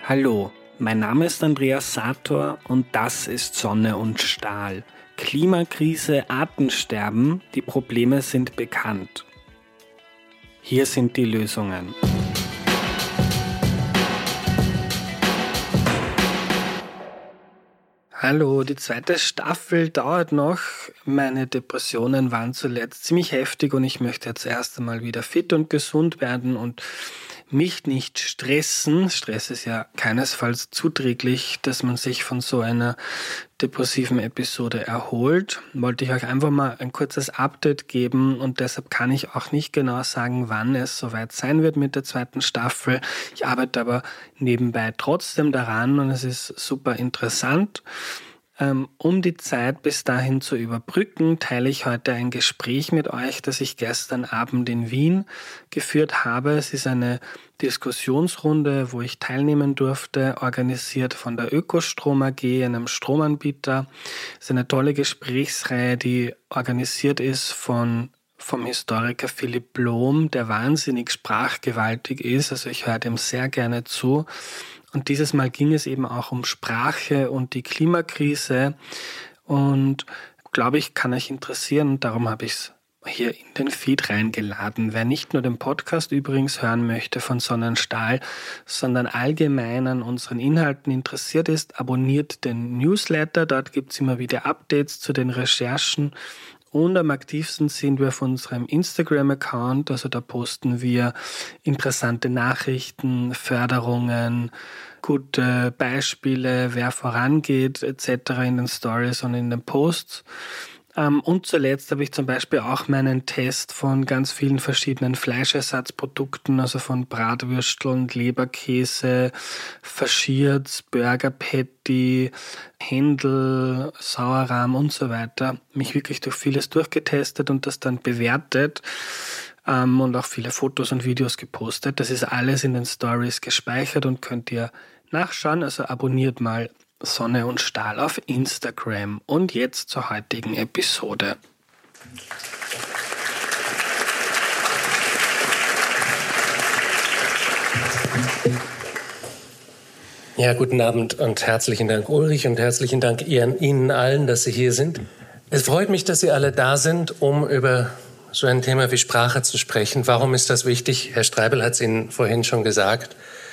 Hallo, mein Name ist Andreas Sator und das ist Sonne und Stahl. Klimakrise, Artensterben, die Probleme sind bekannt. Hier sind die Lösungen. Hallo, die zweite Staffel dauert noch. Meine Depressionen waren zuletzt ziemlich heftig und ich möchte jetzt erst einmal wieder fit und gesund werden und mich nicht stressen. Stress ist ja keinesfalls zuträglich, dass man sich von so einer depressiven Episode erholt. Wollte ich euch einfach mal ein kurzes Update geben und deshalb kann ich auch nicht genau sagen, wann es soweit sein wird mit der zweiten Staffel. Ich arbeite aber nebenbei trotzdem daran und es ist super interessant. Um die Zeit bis dahin zu überbrücken, teile ich heute ein Gespräch mit euch, das ich gestern Abend in Wien geführt habe. Es ist eine Diskussionsrunde, wo ich teilnehmen durfte, organisiert von der Ökostrom AG, einem Stromanbieter. Es ist eine tolle Gesprächsreihe, die organisiert ist vom Historiker Philipp Blom, der wahnsinnig sprachgewaltig ist. Also ich höre dem sehr gerne zu. Und dieses Mal ging es eben auch um Sprache und die Klimakrise. Und glaube ich, kann euch interessieren. Und darum habe ich es hier in den Feed reingeladen. Wer nicht nur den Podcast übrigens hören möchte von Sonne und Stahl, sondern allgemein an unseren Inhalten interessiert ist, abonniert den Newsletter. Dort gibt es immer wieder Updates zu den Recherchen. Und am aktivsten sind wir auf unserem Instagram-Account, also da posten wir interessante Nachrichten, Förderungen, gute Beispiele, wer vorangeht etc. in den Stories und in den Posts. Und zuletzt habe ich zum Beispiel auch meinen Test von ganz vielen verschiedenen Fleischersatzprodukten, also von Bratwürsteln, Leberkäse, Faschierts, Burger Patty, Händel, Sauerrahm und so weiter, mich wirklich durch vieles durchgetestet und das dann bewertet und auch viele Fotos und Videos gepostet. Das ist alles in den Stories gespeichert und könnt ihr nachschauen, also abonniert mal Sonne und Stahl auf Instagram. Und jetzt zur heutigen Episode. Ja, guten Abend und herzlichen Dank Ulrich und herzlichen Dank Ihnen allen, dass Sie hier sind. Es freut mich, dass Sie alle da sind, um über so ein Thema wie Sprache zu sprechen. Warum ist das wichtig? Herr Streibel hat es Ihnen vorhin schon gesagt.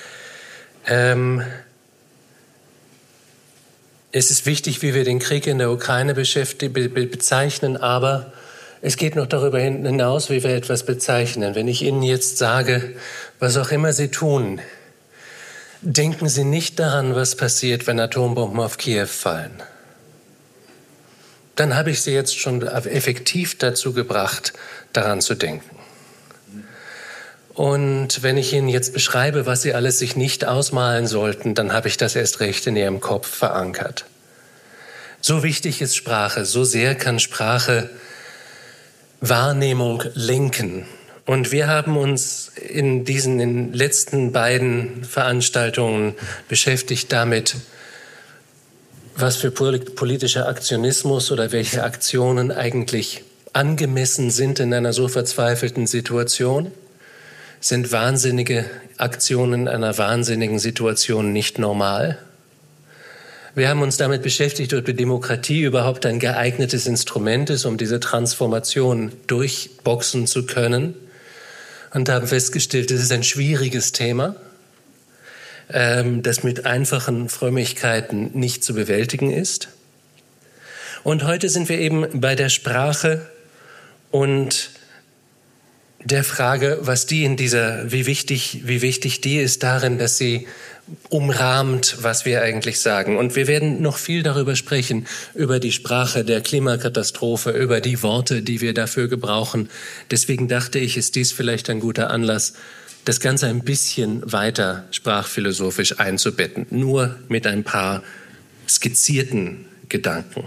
Es ist wichtig, wie wir den Krieg in der Ukraine bezeichnen, aber es geht noch darüber hinaus, wie wir etwas bezeichnen. Wenn ich Ihnen jetzt sage, was auch immer Sie tun, denken Sie nicht daran, was passiert, wenn Atombomben auf Kiew fallen. Dann habe ich Sie jetzt schon effektiv dazu gebracht, daran zu denken. Und wenn ich Ihnen jetzt beschreibe, was Sie alles sich nicht ausmalen sollten, dann habe ich das erst recht in Ihrem Kopf verankert. So wichtig ist Sprache, so sehr kann Sprache Wahrnehmung lenken. Und wir haben uns in den letzten beiden Veranstaltungen beschäftigt damit, was für politischer Aktionismus oder welche Aktionen eigentlich angemessen sind in einer so verzweifelten Situation. Sind wahnsinnige Aktionen in einer wahnsinnigen Situation nicht normal? Wir haben uns damit beschäftigt, ob die Demokratie überhaupt ein geeignetes Instrument ist, um diese Transformation durchboxen zu können. Und haben festgestellt, das ist ein schwieriges Thema, das mit einfachen Frömmigkeiten nicht zu bewältigen ist. Und heute sind wir eben bei der Sprache und der Frage, wie wichtig die ist darin, dass sie umrahmt, was wir eigentlich sagen. Und wir werden noch viel darüber sprechen, über die Sprache der Klimakatastrophe, über die Worte, die wir dafür gebrauchen. Deswegen dachte ich, ist dies vielleicht ein guter Anlass, das Ganze ein bisschen weiter sprachphilosophisch einzubetten. Nur mit ein paar skizzierten Gedanken.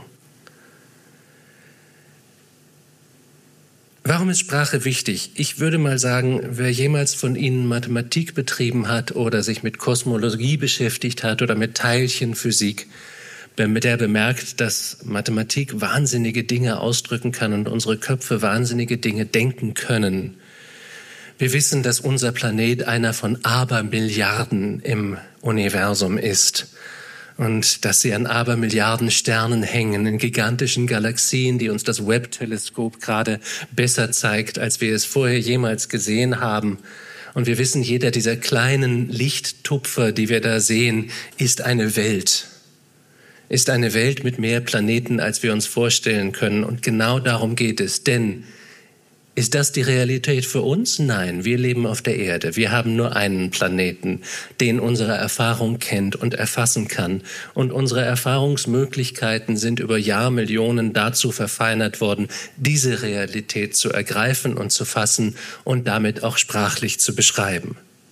Warum ist Sprache wichtig? Ich würde mal sagen, wer jemals von Ihnen Mathematik betrieben hat oder sich mit Kosmologie beschäftigt hat oder mit Teilchenphysik, der bemerkt, dass Mathematik wahnsinnige Dinge ausdrücken kann und unsere Köpfe wahnsinnige Dinge denken können. Wir wissen, dass unser Planet einer von Abermilliarden im Universum ist und dass sie an Abermilliarden Sternen hängen, in gigantischen Galaxien, die uns das Webb-Teleskop gerade besser zeigt, als wir es vorher jemals gesehen haben. Und wir wissen, jeder dieser kleinen Lichttupfer, die wir da sehen, ist eine Welt mit mehr Planeten, als wir uns vorstellen können. Und genau darum geht es. Denn ist das die Realität für uns? Nein, wir leben auf der Erde. Wir haben nur einen Planeten, den unsere Erfahrung kennt und erfassen kann. Und unsere Erfahrungsmöglichkeiten sind über Jahrmillionen dazu verfeinert worden, diese Realität zu ergreifen und zu fassen und damit auch sprachlich zu beschreiben.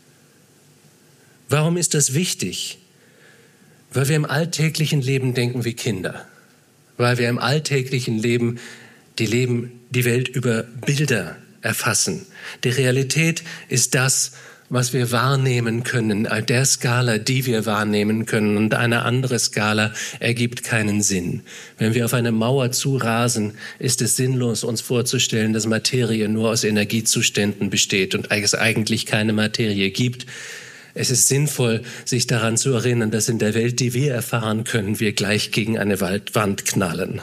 Warum ist das wichtig? Weil wir im alltäglichen Leben denken wie Kinder. Weil wir im alltäglichen Leben die Welt über Bilder erfassen. Die Realität ist das, was wir wahrnehmen können, der Skala, die wir wahrnehmen können. Und eine andere Skala ergibt keinen Sinn. Wenn wir auf eine Mauer zurasen, ist es sinnlos, uns vorzustellen, dass Materie nur aus Energiezuständen besteht und es eigentlich keine Materie gibt. Es ist sinnvoll, sich daran zu erinnern, dass in der Welt, die wir erfahren können, wir gleich gegen eine Wand knallen.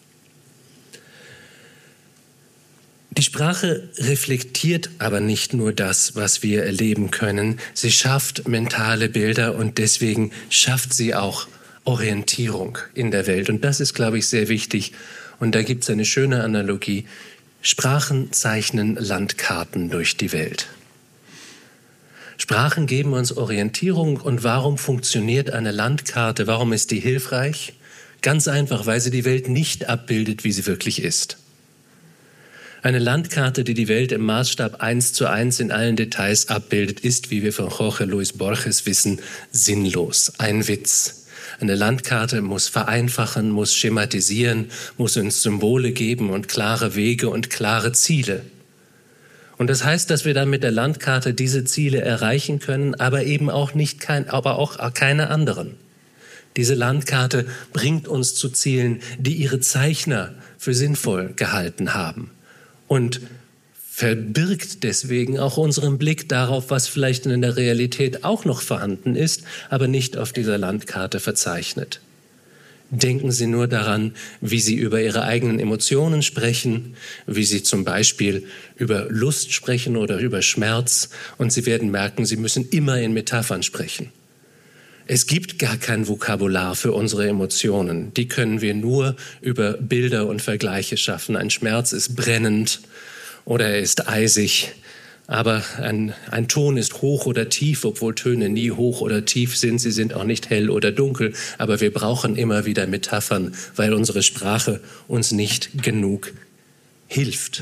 Die Sprache reflektiert aber nicht nur das, was wir erleben können. Sie schafft mentale Bilder und deswegen schafft sie auch Orientierung in der Welt. Und das ist, glaube ich, sehr wichtig. Und da gibt es eine schöne Analogie. Sprachen zeichnen Landkarten durch die Welt. Sprachen geben uns Orientierung. Und warum funktioniert eine Landkarte? Warum ist die hilfreich? Ganz einfach, weil sie die Welt nicht abbildet, wie sie wirklich ist. Eine Landkarte, die die Welt im Maßstab 1:1 in allen Details abbildet, ist, wie wir von Jorge Luis Borges wissen, sinnlos, ein Witz. Eine Landkarte muss vereinfachen, muss schematisieren, muss uns Symbole geben und klare Wege und klare Ziele. Und das heißt, dass wir dann mit der Landkarte diese Ziele erreichen können, aber eben auch keine anderen. Diese Landkarte bringt uns zu Zielen, die ihre Zeichner für sinnvoll gehalten haben. Und verbirgt deswegen auch unseren Blick darauf, was vielleicht in der Realität auch noch vorhanden ist, aber nicht auf dieser Landkarte verzeichnet. Denken Sie nur daran, wie Sie über Ihre eigenen Emotionen sprechen, wie Sie zum Beispiel über Lust sprechen oder über Schmerz, und Sie werden merken, Sie müssen immer in Metaphern sprechen. Es gibt gar kein Vokabular für unsere Emotionen. Die können wir nur über Bilder und Vergleiche schaffen. Ein Schmerz ist brennend oder er ist eisig. Aber ein Ton ist hoch oder tief, obwohl Töne nie hoch oder tief sind. Sie sind auch nicht hell oder dunkel. Aber wir brauchen immer wieder Metaphern, weil unsere Sprache uns nicht genug hilft.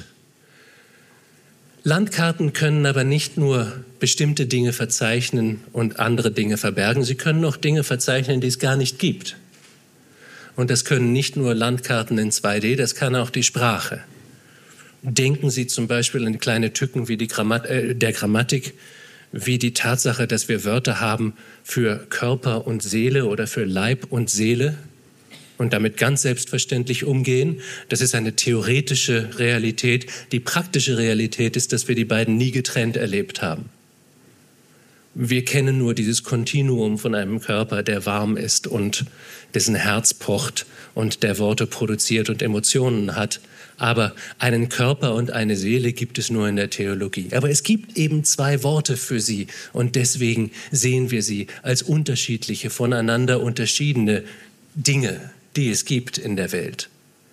Landkarten können aber nicht nur bestimmte Dinge verzeichnen und andere Dinge verbergen. Sie können auch Dinge verzeichnen, die es gar nicht gibt. Und das können nicht nur Landkarten in 2D, das kann auch die Sprache. Denken Sie zum Beispiel an kleine Tücken wie der Grammatik, wie die Tatsache, dass wir Wörter haben für Körper und Seele oder für Leib und Seele und damit ganz selbstverständlich umgehen. Das ist eine theoretische Realität. Die praktische Realität ist, dass wir die beiden nie getrennt erlebt haben. Wir kennen nur dieses Kontinuum von einem Körper, der warm ist und dessen Herz pocht und der Worte produziert und Emotionen hat. Aber einen Körper und eine Seele gibt es nur in der Theologie. Aber es gibt eben 2 Worte für sie und deswegen sehen wir sie als unterschiedliche, voneinander unterschiedene Dinge, die es gibt in der Welt.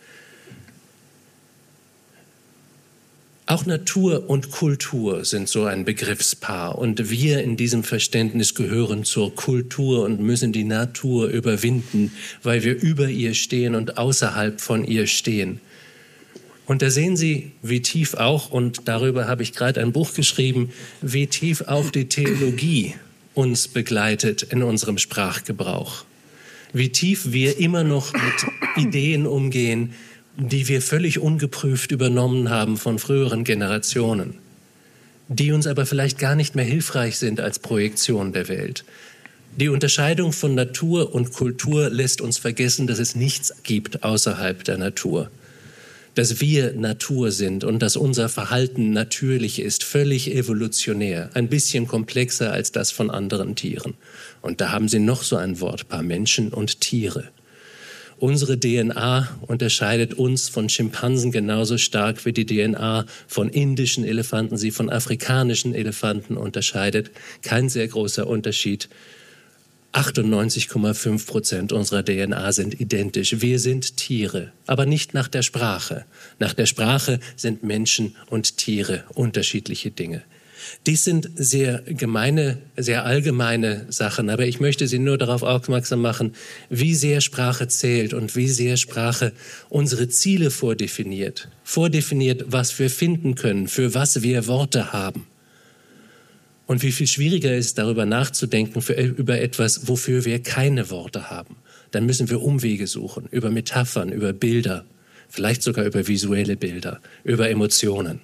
Auch Natur und Kultur sind so ein Begriffspaar und wir in diesem Verständnis gehören zur Kultur und müssen die Natur überwinden, weil wir über ihr stehen und außerhalb von ihr stehen. Und da sehen Sie, wie tief auch, und darüber habe ich gerade ein Buch geschrieben, wie tief auch die Theologie uns begleitet in unserem Sprachgebrauch. Wie tief wir immer noch mit Ideen umgehen, die wir völlig ungeprüft übernommen haben von früheren Generationen, die uns aber vielleicht gar nicht mehr hilfreich sind als Projektion der Welt. Die Unterscheidung von Natur und Kultur lässt uns vergessen, dass es nichts gibt außerhalb der Natur. dass wir Natur sind und dass unser Verhalten natürlich ist, völlig evolutionär, ein bisschen komplexer als das von anderen Tieren. Und da haben Sie noch so ein Wortpaar, Menschen und Tiere. Unsere DNA unterscheidet uns von Schimpansen genauso stark wie die DNA von indischen Elefanten sie von afrikanischen Elefanten unterscheidet. Kein sehr großer Unterschied. 98,5% unserer DNA sind identisch. Wir sind Tiere, aber nicht nach der Sprache. Nach der Sprache sind Menschen und Tiere unterschiedliche Dinge. Dies sind sehr gemeine, sehr allgemeine Sachen, aber ich möchte Sie nur darauf aufmerksam machen, wie sehr Sprache zählt und wie sehr Sprache unsere Ziele vordefiniert. Vordefiniert, was wir finden können, für was wir Worte haben. Und wie viel schwieriger ist, darüber nachzudenken, über etwas, wofür wir keine Worte haben. Dann müssen wir Umwege suchen, über Metaphern, über Bilder, vielleicht sogar über visuelle Bilder, über Emotionen.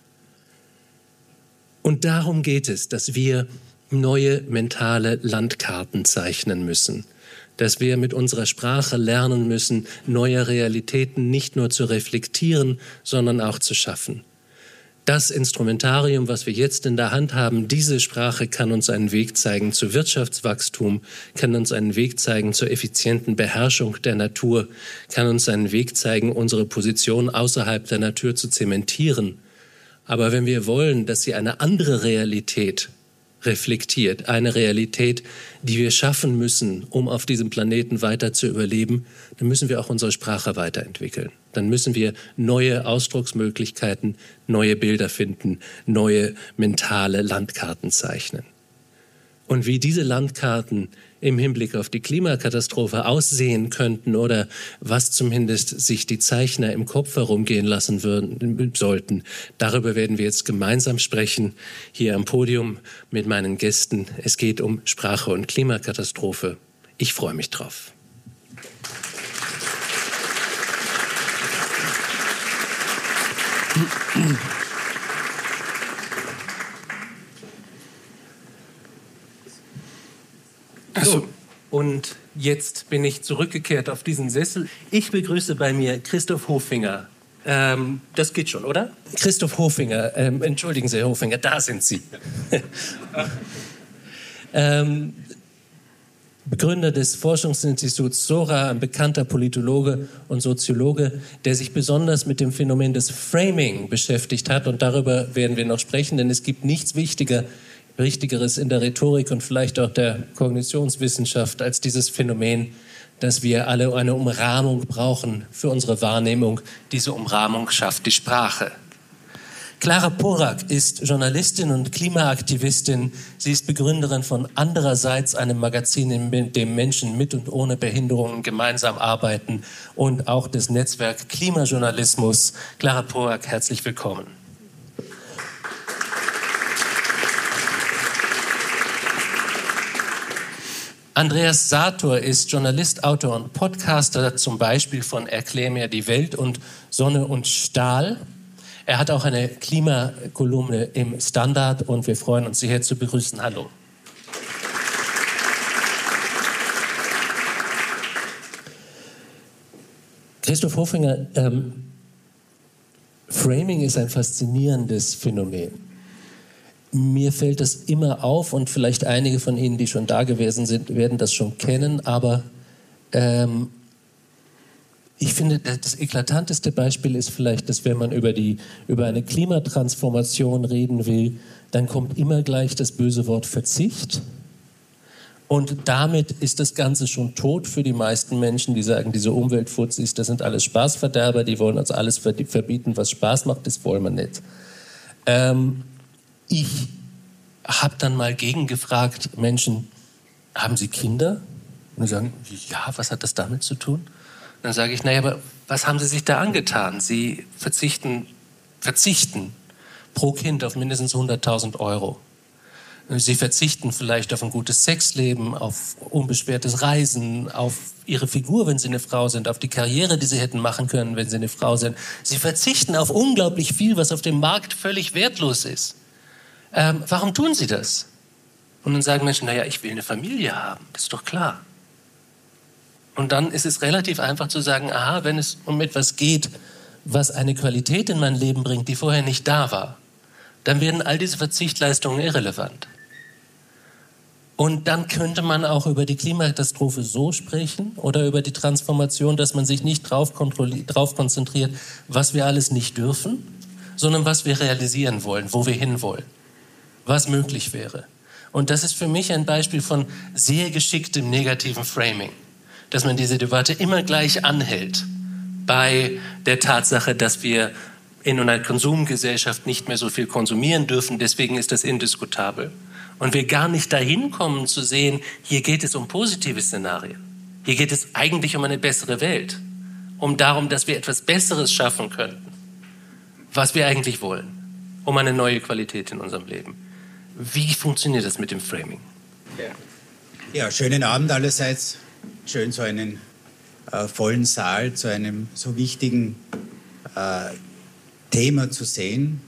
Und darum geht es, dass wir neue mentale Landkarten zeichnen müssen, dass wir mit unserer Sprache lernen müssen, neue Realitäten nicht nur zu reflektieren, sondern auch zu schaffen. Das Instrumentarium, was wir jetzt in der Hand haben, diese Sprache kann uns einen Weg zeigen zu Wirtschaftswachstum, kann uns einen Weg zeigen zur effizienten Beherrschung der Natur, kann uns einen Weg zeigen, unsere Position außerhalb der Natur zu zementieren. Aber wenn wir wollen, dass sie eine andere Realität reflektiert, eine Realität, die wir schaffen müssen, um auf diesem Planeten weiter zu überleben, dann müssen wir auch unsere Sprache weiterentwickeln. Dann müssen wir neue Ausdrucksmöglichkeiten, neue Bilder finden, neue mentale Landkarten zeichnen. Und wie diese Landkarten im Hinblick auf die Klimakatastrophe aussehen könnten oder was zumindest sich die Zeichner im Kopf herumgehen lassen sollten, darüber werden wir jetzt gemeinsam sprechen, hier am Podium mit meinen Gästen. Es geht um Sprache und Klimakatastrophe. Ich freue mich drauf. So, und jetzt bin ich zurückgekehrt auf diesen Sessel. Ich begrüße bei mir Christoph Hofinger. Das geht schon, oder? Christoph Hofinger, entschuldigen Sie, Herr Hofinger, da sind Sie. Begründer des Forschungsinstituts SORA, ein bekannter Politologe und Soziologe, der sich besonders mit dem Phänomen des Framing beschäftigt hat. Und darüber werden wir noch sprechen, denn es gibt nichts Wichtigeres in der Rhetorik und vielleicht auch der Kognitionswissenschaft als dieses Phänomen, dass wir alle eine Umrahmung brauchen für unsere Wahrnehmung. Diese Umrahmung schafft die Sprache. Clara Porak ist Journalistin und Klimaaktivistin. Sie ist Begründerin von Andererseits, einem Magazin, in dem Menschen mit und ohne Behinderungen gemeinsam arbeiten, und auch des Netzwerk Klimajournalismus. Clara Porak, herzlich willkommen. Andreas Sator ist Journalist, Autor und Podcaster, zum Beispiel von Erklär mir die Welt und Sonne und Stahl. Er hat auch eine Klimakolumne im Standard und wir freuen uns, Sie hier zu begrüßen. Hallo. Christoph Hofinger, Framing ist ein faszinierendes Phänomen. Mir fällt das immer auf und vielleicht einige von Ihnen, die schon da gewesen sind, werden das schon kennen, aber ich finde, das eklatanteste Beispiel ist vielleicht, dass wenn man über eine Klimatransformation reden will, dann kommt immer gleich das böse Wort Verzicht. Und damit ist das Ganze schon tot für die meisten Menschen, die sagen, diese Umweltfuzis, das sind alles Spaßverderber, die wollen uns alles verbieten, was Spaß macht, das wollen wir nicht. Ich habe dann mal gegengefragt, Menschen, haben Sie Kinder? Und die sagen, ja, was hat das damit zu tun? Dann sage ich, naja, aber was haben Sie sich da angetan? Sie verzichten pro Kind auf mindestens 100.000 Euro. Sie verzichten vielleicht auf ein gutes Sexleben, auf unbeschwertes Reisen, auf Ihre Figur, wenn Sie eine Frau sind, auf die Karriere, die Sie hätten machen können, wenn Sie eine Frau sind. Sie verzichten auf unglaublich viel, was auf dem Markt völlig wertlos ist. Warum tun Sie das? Und dann sagen Menschen, naja, ich will eine Familie haben, das ist doch klar. Und dann ist es relativ einfach zu sagen, aha, wenn es um etwas geht, was eine Qualität in mein Leben bringt, die vorher nicht da war, dann werden all diese Verzichtleistungen irrelevant. Und dann könnte man auch über die Klimakatastrophe so sprechen oder über die Transformation, dass man sich nicht drauf konzentriert, was wir alles nicht dürfen, sondern was wir realisieren wollen, wo wir hinwollen, was möglich wäre. Und das ist für mich ein Beispiel von sehr geschicktem negativen Framing, dass man diese Debatte immer gleich anhält bei der Tatsache, dass wir in einer Konsumgesellschaft nicht mehr so viel konsumieren dürfen, deswegen ist das indiskutabel. Und wir gar nicht dahin kommen zu sehen, hier geht es um positive Szenarien. Hier geht es eigentlich um eine bessere Welt. Um darum, dass wir etwas Besseres schaffen könnten, was wir eigentlich wollen. Um eine neue Qualität in unserem Leben. Wie funktioniert das mit dem Framing? Ja, schönen Abend allerseits. Schön, so einen vollen Saal zu einem so wichtigen Thema zu sehen.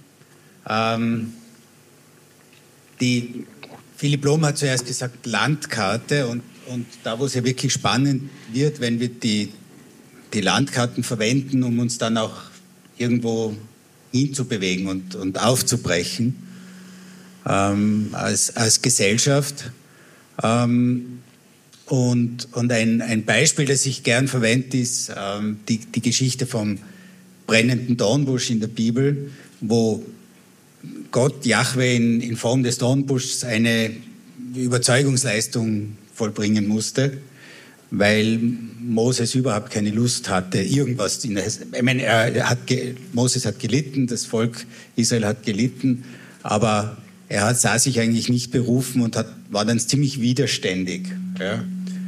Philipp Blom hat zuerst gesagt Landkarte und da, wo es ja wirklich spannend wird, wenn wir die Landkarten verwenden, um uns dann auch irgendwo hinzubewegen und aufzubrechen als Gesellschaft. Und ein Beispiel, das ich gern verwende, ist die Geschichte vom brennenden Dornbusch in der Bibel, wo Gott, Jahwe, in Form des Dornbuschs eine Überzeugungsleistung vollbringen musste, weil Moses überhaupt keine Lust hatte, irgendwas Moses hat gelitten, das Volk Israel hat gelitten, aber sah sich eigentlich nicht berufen und war dann ziemlich widerständig. Ja.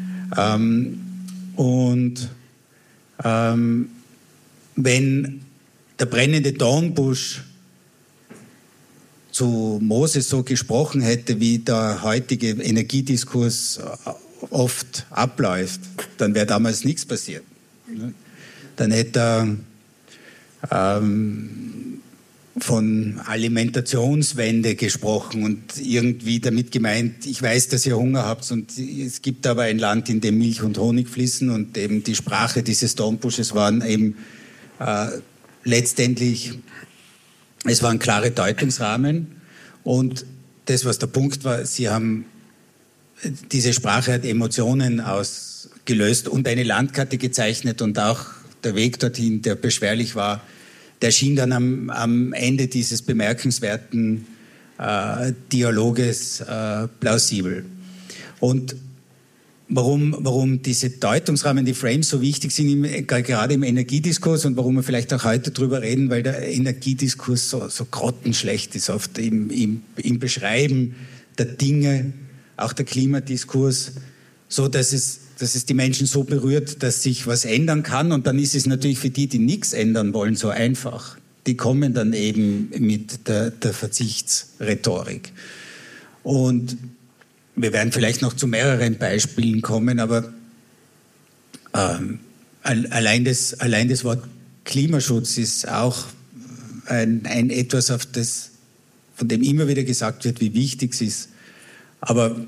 Wenn der brennende Dornbusch zu Moses so gesprochen hätte, wie der heutige Energiediskurs oft abläuft, dann wäre damals nichts passiert. Dann hätte er von Alimentationswende gesprochen und irgendwie damit gemeint, ich weiß, dass ihr Hunger habt und es gibt aber ein Land, in dem Milch und Honig fließen und eben die Sprache dieses Dornbusches waren eben letztendlich, es waren klare Deutungsrahmen und das, was der Punkt war, diese Sprache hat Emotionen ausgelöst und eine Landkarte gezeichnet und auch der Weg dorthin, der beschwerlich war, der schien dann am Ende dieses bemerkenswerten Dialoges plausibel. Und warum diese Deutungsrahmen, die Frames so wichtig sind, gerade im Energiediskurs und warum wir vielleicht auch heute drüber reden, weil der Energiediskurs so grottenschlecht ist, oft im Beschreiben der Dinge, auch der Klimadiskurs, so dass es die Menschen so berührt, dass sich was ändern kann und dann ist es natürlich für die nichts ändern wollen, so einfach. Die kommen dann eben mit der Verzichtsrhetorik. Und wir werden vielleicht noch zu mehreren Beispielen kommen, aber allein das Wort Klimaschutz ist auch ein etwas, von dem immer wieder gesagt wird, wie wichtig es ist. Aber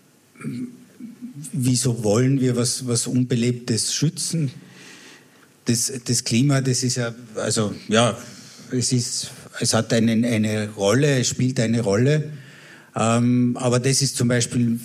wieso wollen wir was Unbelebtes schützen? Das Klima, das ist ja, also ja, es hat eine Rolle, es spielt eine Rolle. Aber das ist zum Beispiel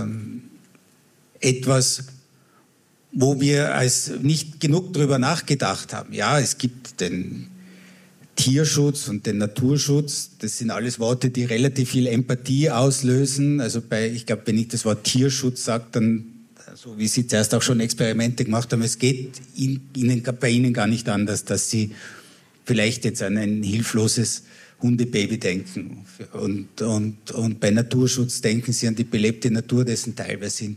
etwas, wo wir nicht genug darüber nachgedacht haben. Ja, es gibt den Tierschutz und den Naturschutz. Das sind alles Worte, die relativ viel Empathie auslösen. Also ich glaube, wenn ich das Wort Tierschutz sage, dann, so wie Sie zuerst auch schon Experimente gemacht haben, es geht bei Ihnen gar nicht anders, dass Sie vielleicht jetzt an ein hilfloses Hundebaby denken und bei Naturschutz denken Sie an die belebte Natur, dessen Teil wir sind.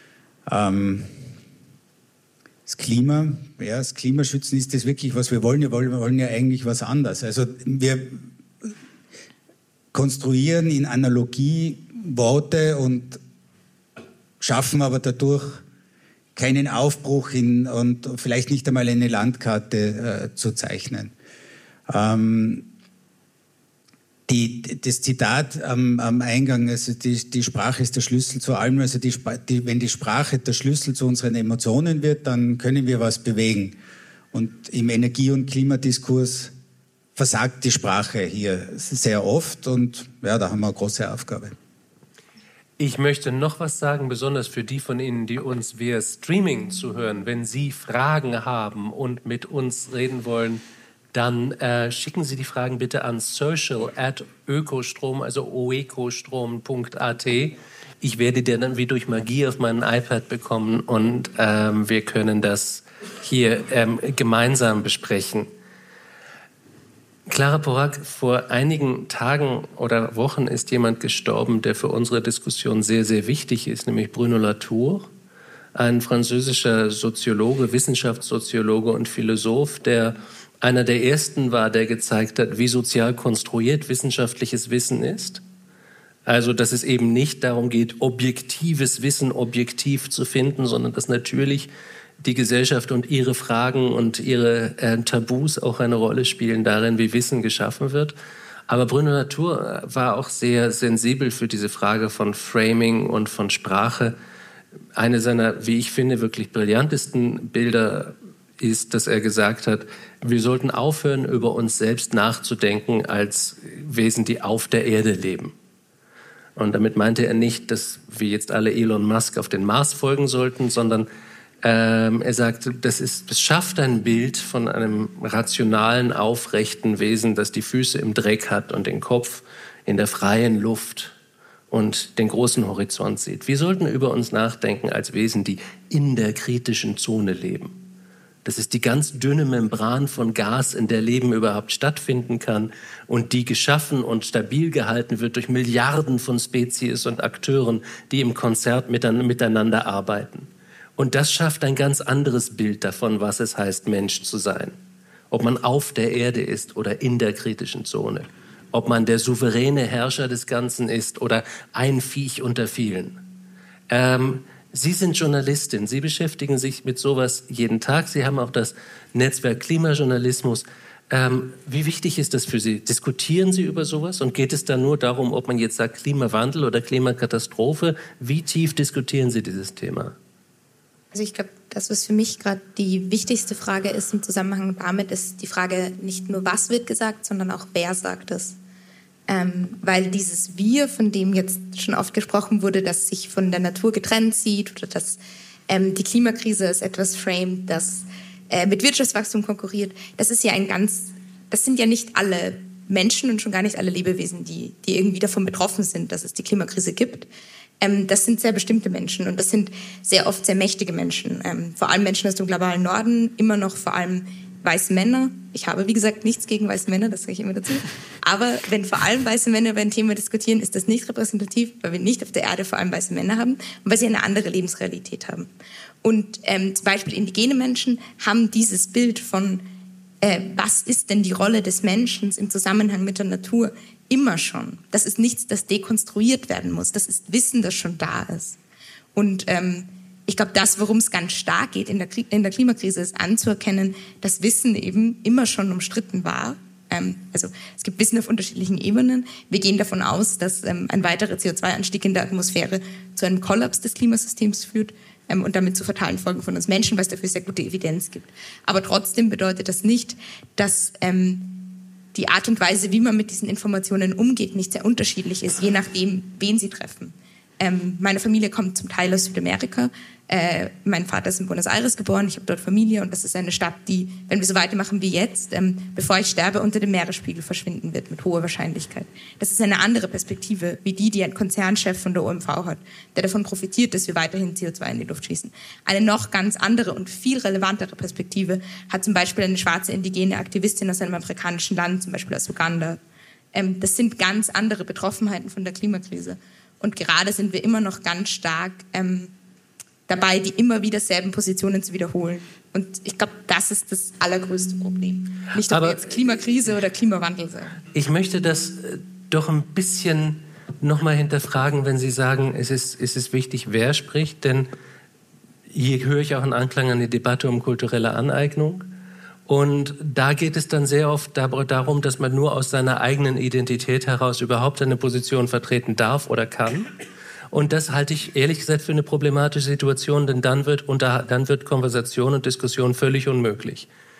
Das Klima, ja, das Klimaschützen, ist das wirklich, was wir wollen? Wir wollen ja eigentlich was anderes. Also wir konstruieren in Analogie Worte und schaffen aber dadurch keinen Aufbruch und vielleicht nicht einmal eine Landkarte zu zeichnen. Das Zitat am Eingang, also die Sprache ist der Schlüssel zu allem, also wenn die Sprache der Schlüssel zu unseren Emotionen wird, dann können wir was bewegen. Und im Energie- und Klimadiskurs versagt die Sprache hier sehr oft und ja, da haben wir eine große Aufgabe. Ich möchte noch was sagen, besonders für die von Ihnen, die uns via Streaming zuhören. Wenn Sie Fragen haben und mit uns reden wollen, dann schicken Sie die Fragen bitte an social@ökostrom, also oekostrom.at. Ich werde die dann wie durch Magie auf meinen iPad bekommen und wir können das hier gemeinsam besprechen. Clara Porac, vor einigen Tagen oder Wochen ist jemand gestorben, der für unsere Diskussion sehr, sehr wichtig ist, nämlich Bruno Latour, ein französischer Soziologe, Wissenschaftssoziologe und Philosoph, der einer der ersten war, der gezeigt hat, wie sozial konstruiert wissenschaftliches Wissen ist. Also, dass es eben nicht darum geht, objektives Wissen objektiv zu finden, sondern dass natürlich die Gesellschaft und ihre Fragen und ihre Tabus auch eine Rolle spielen darin, wie Wissen geschaffen wird. Aber Bruno Latour war auch sehr sensibel für diese Frage von Framing und von Sprache. Eine seiner, wie ich finde, wirklich brillantesten Bilder ist, dass er gesagt hat, wir sollten aufhören, über uns selbst nachzudenken als Wesen, die auf der Erde leben. Und damit meinte er nicht, dass wir jetzt alle Elon Musk auf den Mars folgen sollten, sondern er sagte, das schafft ein Bild von einem rationalen, aufrechten Wesen, das die Füße im Dreck hat und den Kopf in der freien Luft und den großen Horizont sieht. Wir sollten über uns nachdenken als Wesen, die in der kritischen Zone leben. Das ist die ganz dünne Membran von Gas, in der Leben überhaupt stattfinden kann und die geschaffen und stabil gehalten wird durch Milliarden von Spezies und Akteuren, die im Konzert miteinander arbeiten. Und das schafft ein ganz anderes Bild davon, was es heißt, Mensch zu sein. Ob man auf der Erde ist oder in der kritischen Zone. Ob man der souveräne Herrscher des Ganzen ist oder ein Viech unter vielen. Sie sind Journalistin, Sie beschäftigen sich mit sowas jeden Tag. Sie haben auch das Netzwerk Klimajournalismus. Wie wichtig ist das für Sie? Diskutieren Sie über sowas? Und geht es da nur darum, ob man jetzt sagt Klimawandel oder Klimakatastrophe? Wie tief diskutieren Sie dieses Thema? Also ich glaube, das, was für mich gerade die wichtigste Frage ist im Zusammenhang damit, ist die Frage nicht nur, was wird gesagt, sondern auch, wer sagt es. Weil dieses Wir, von dem jetzt schon oft gesprochen wurde, das sich von der Natur getrennt sieht oder dass die Klimakrise als etwas framed, das mit Wirtschaftswachstum konkurriert, das sind ja nicht alle Menschen und schon gar nicht alle Lebewesen, die irgendwie davon betroffen sind, dass es die Klimakrise gibt. Das sind sehr bestimmte Menschen und das sind sehr oft sehr mächtige Menschen. Vor allem Menschen aus dem globalen Norden, immer noch vor allem weiße Männer. Ich habe, wie gesagt, nichts gegen weiße Männer, das sage ich immer dazu. Aber wenn vor allem weiße Männer über ein Thema diskutieren, ist das nicht repräsentativ, weil wir nicht auf der Erde vor allem weiße Männer haben und weil sie eine andere Lebensrealität haben. Und zum Beispiel indigene Menschen haben dieses Bild von, was ist denn die Rolle des Menschen im Zusammenhang mit der Natur, immer schon. Das ist nichts, das dekonstruiert werden muss. Das ist Wissen, das schon da ist. Und ich glaube, das, worum es ganz stark geht in der Klimakrise, ist anzuerkennen, dass Wissen eben immer schon umstritten war. Also es gibt Wissen auf unterschiedlichen Ebenen. Wir gehen davon aus, dass ein weiterer CO2-Anstieg in der Atmosphäre zu einem Kollaps des Klimasystems führt und damit zu fatalen Folgen von uns Menschen, weil es dafür sehr gute Evidenz gibt. Aber trotzdem bedeutet das nicht, dass die Art und Weise, wie man mit diesen Informationen umgeht, nicht sehr unterschiedlich ist, je nachdem, wen sie treffen. Meine Familie kommt zum Teil aus Südamerika. Mein Vater ist in Buenos Aires geboren, ich habe dort Familie und das ist eine Stadt, die, wenn wir so weitermachen wie jetzt, bevor ich sterbe, unter dem Meeresspiegel verschwinden wird, mit hoher Wahrscheinlichkeit. Das ist eine andere Perspektive, wie die ein Konzernchef von der OMV hat, der davon profitiert, dass wir weiterhin CO2 in die Luft schießen. Eine noch ganz andere und viel relevantere Perspektive hat zum Beispiel eine schwarze indigene Aktivistin aus einem afrikanischen Land, zum Beispiel aus Uganda. Das sind ganz andere Betroffenheiten von der Klimakrise. Und gerade sind wir immer noch ganz stark dabei, die immer wieder selben Positionen zu wiederholen. Und ich glaube, das ist das allergrößte Problem. Nicht, ob wir jetzt Klimakrise oder Klimawandel sagen. Ich möchte das doch ein bisschen nochmal hinterfragen, wenn Sie sagen, es ist wichtig, wer spricht. Denn hier höre ich auch einen Anklang an die Debatte um kulturelle Aneignung. Und da geht es dann sehr oft darum, dass man nur aus seiner eigenen Identität heraus überhaupt eine Position vertreten darf oder kann. Und das halte ich ehrlich gesagt für eine problematische Situation, denn dann wird Konversation und Diskussion völlig unmöglich.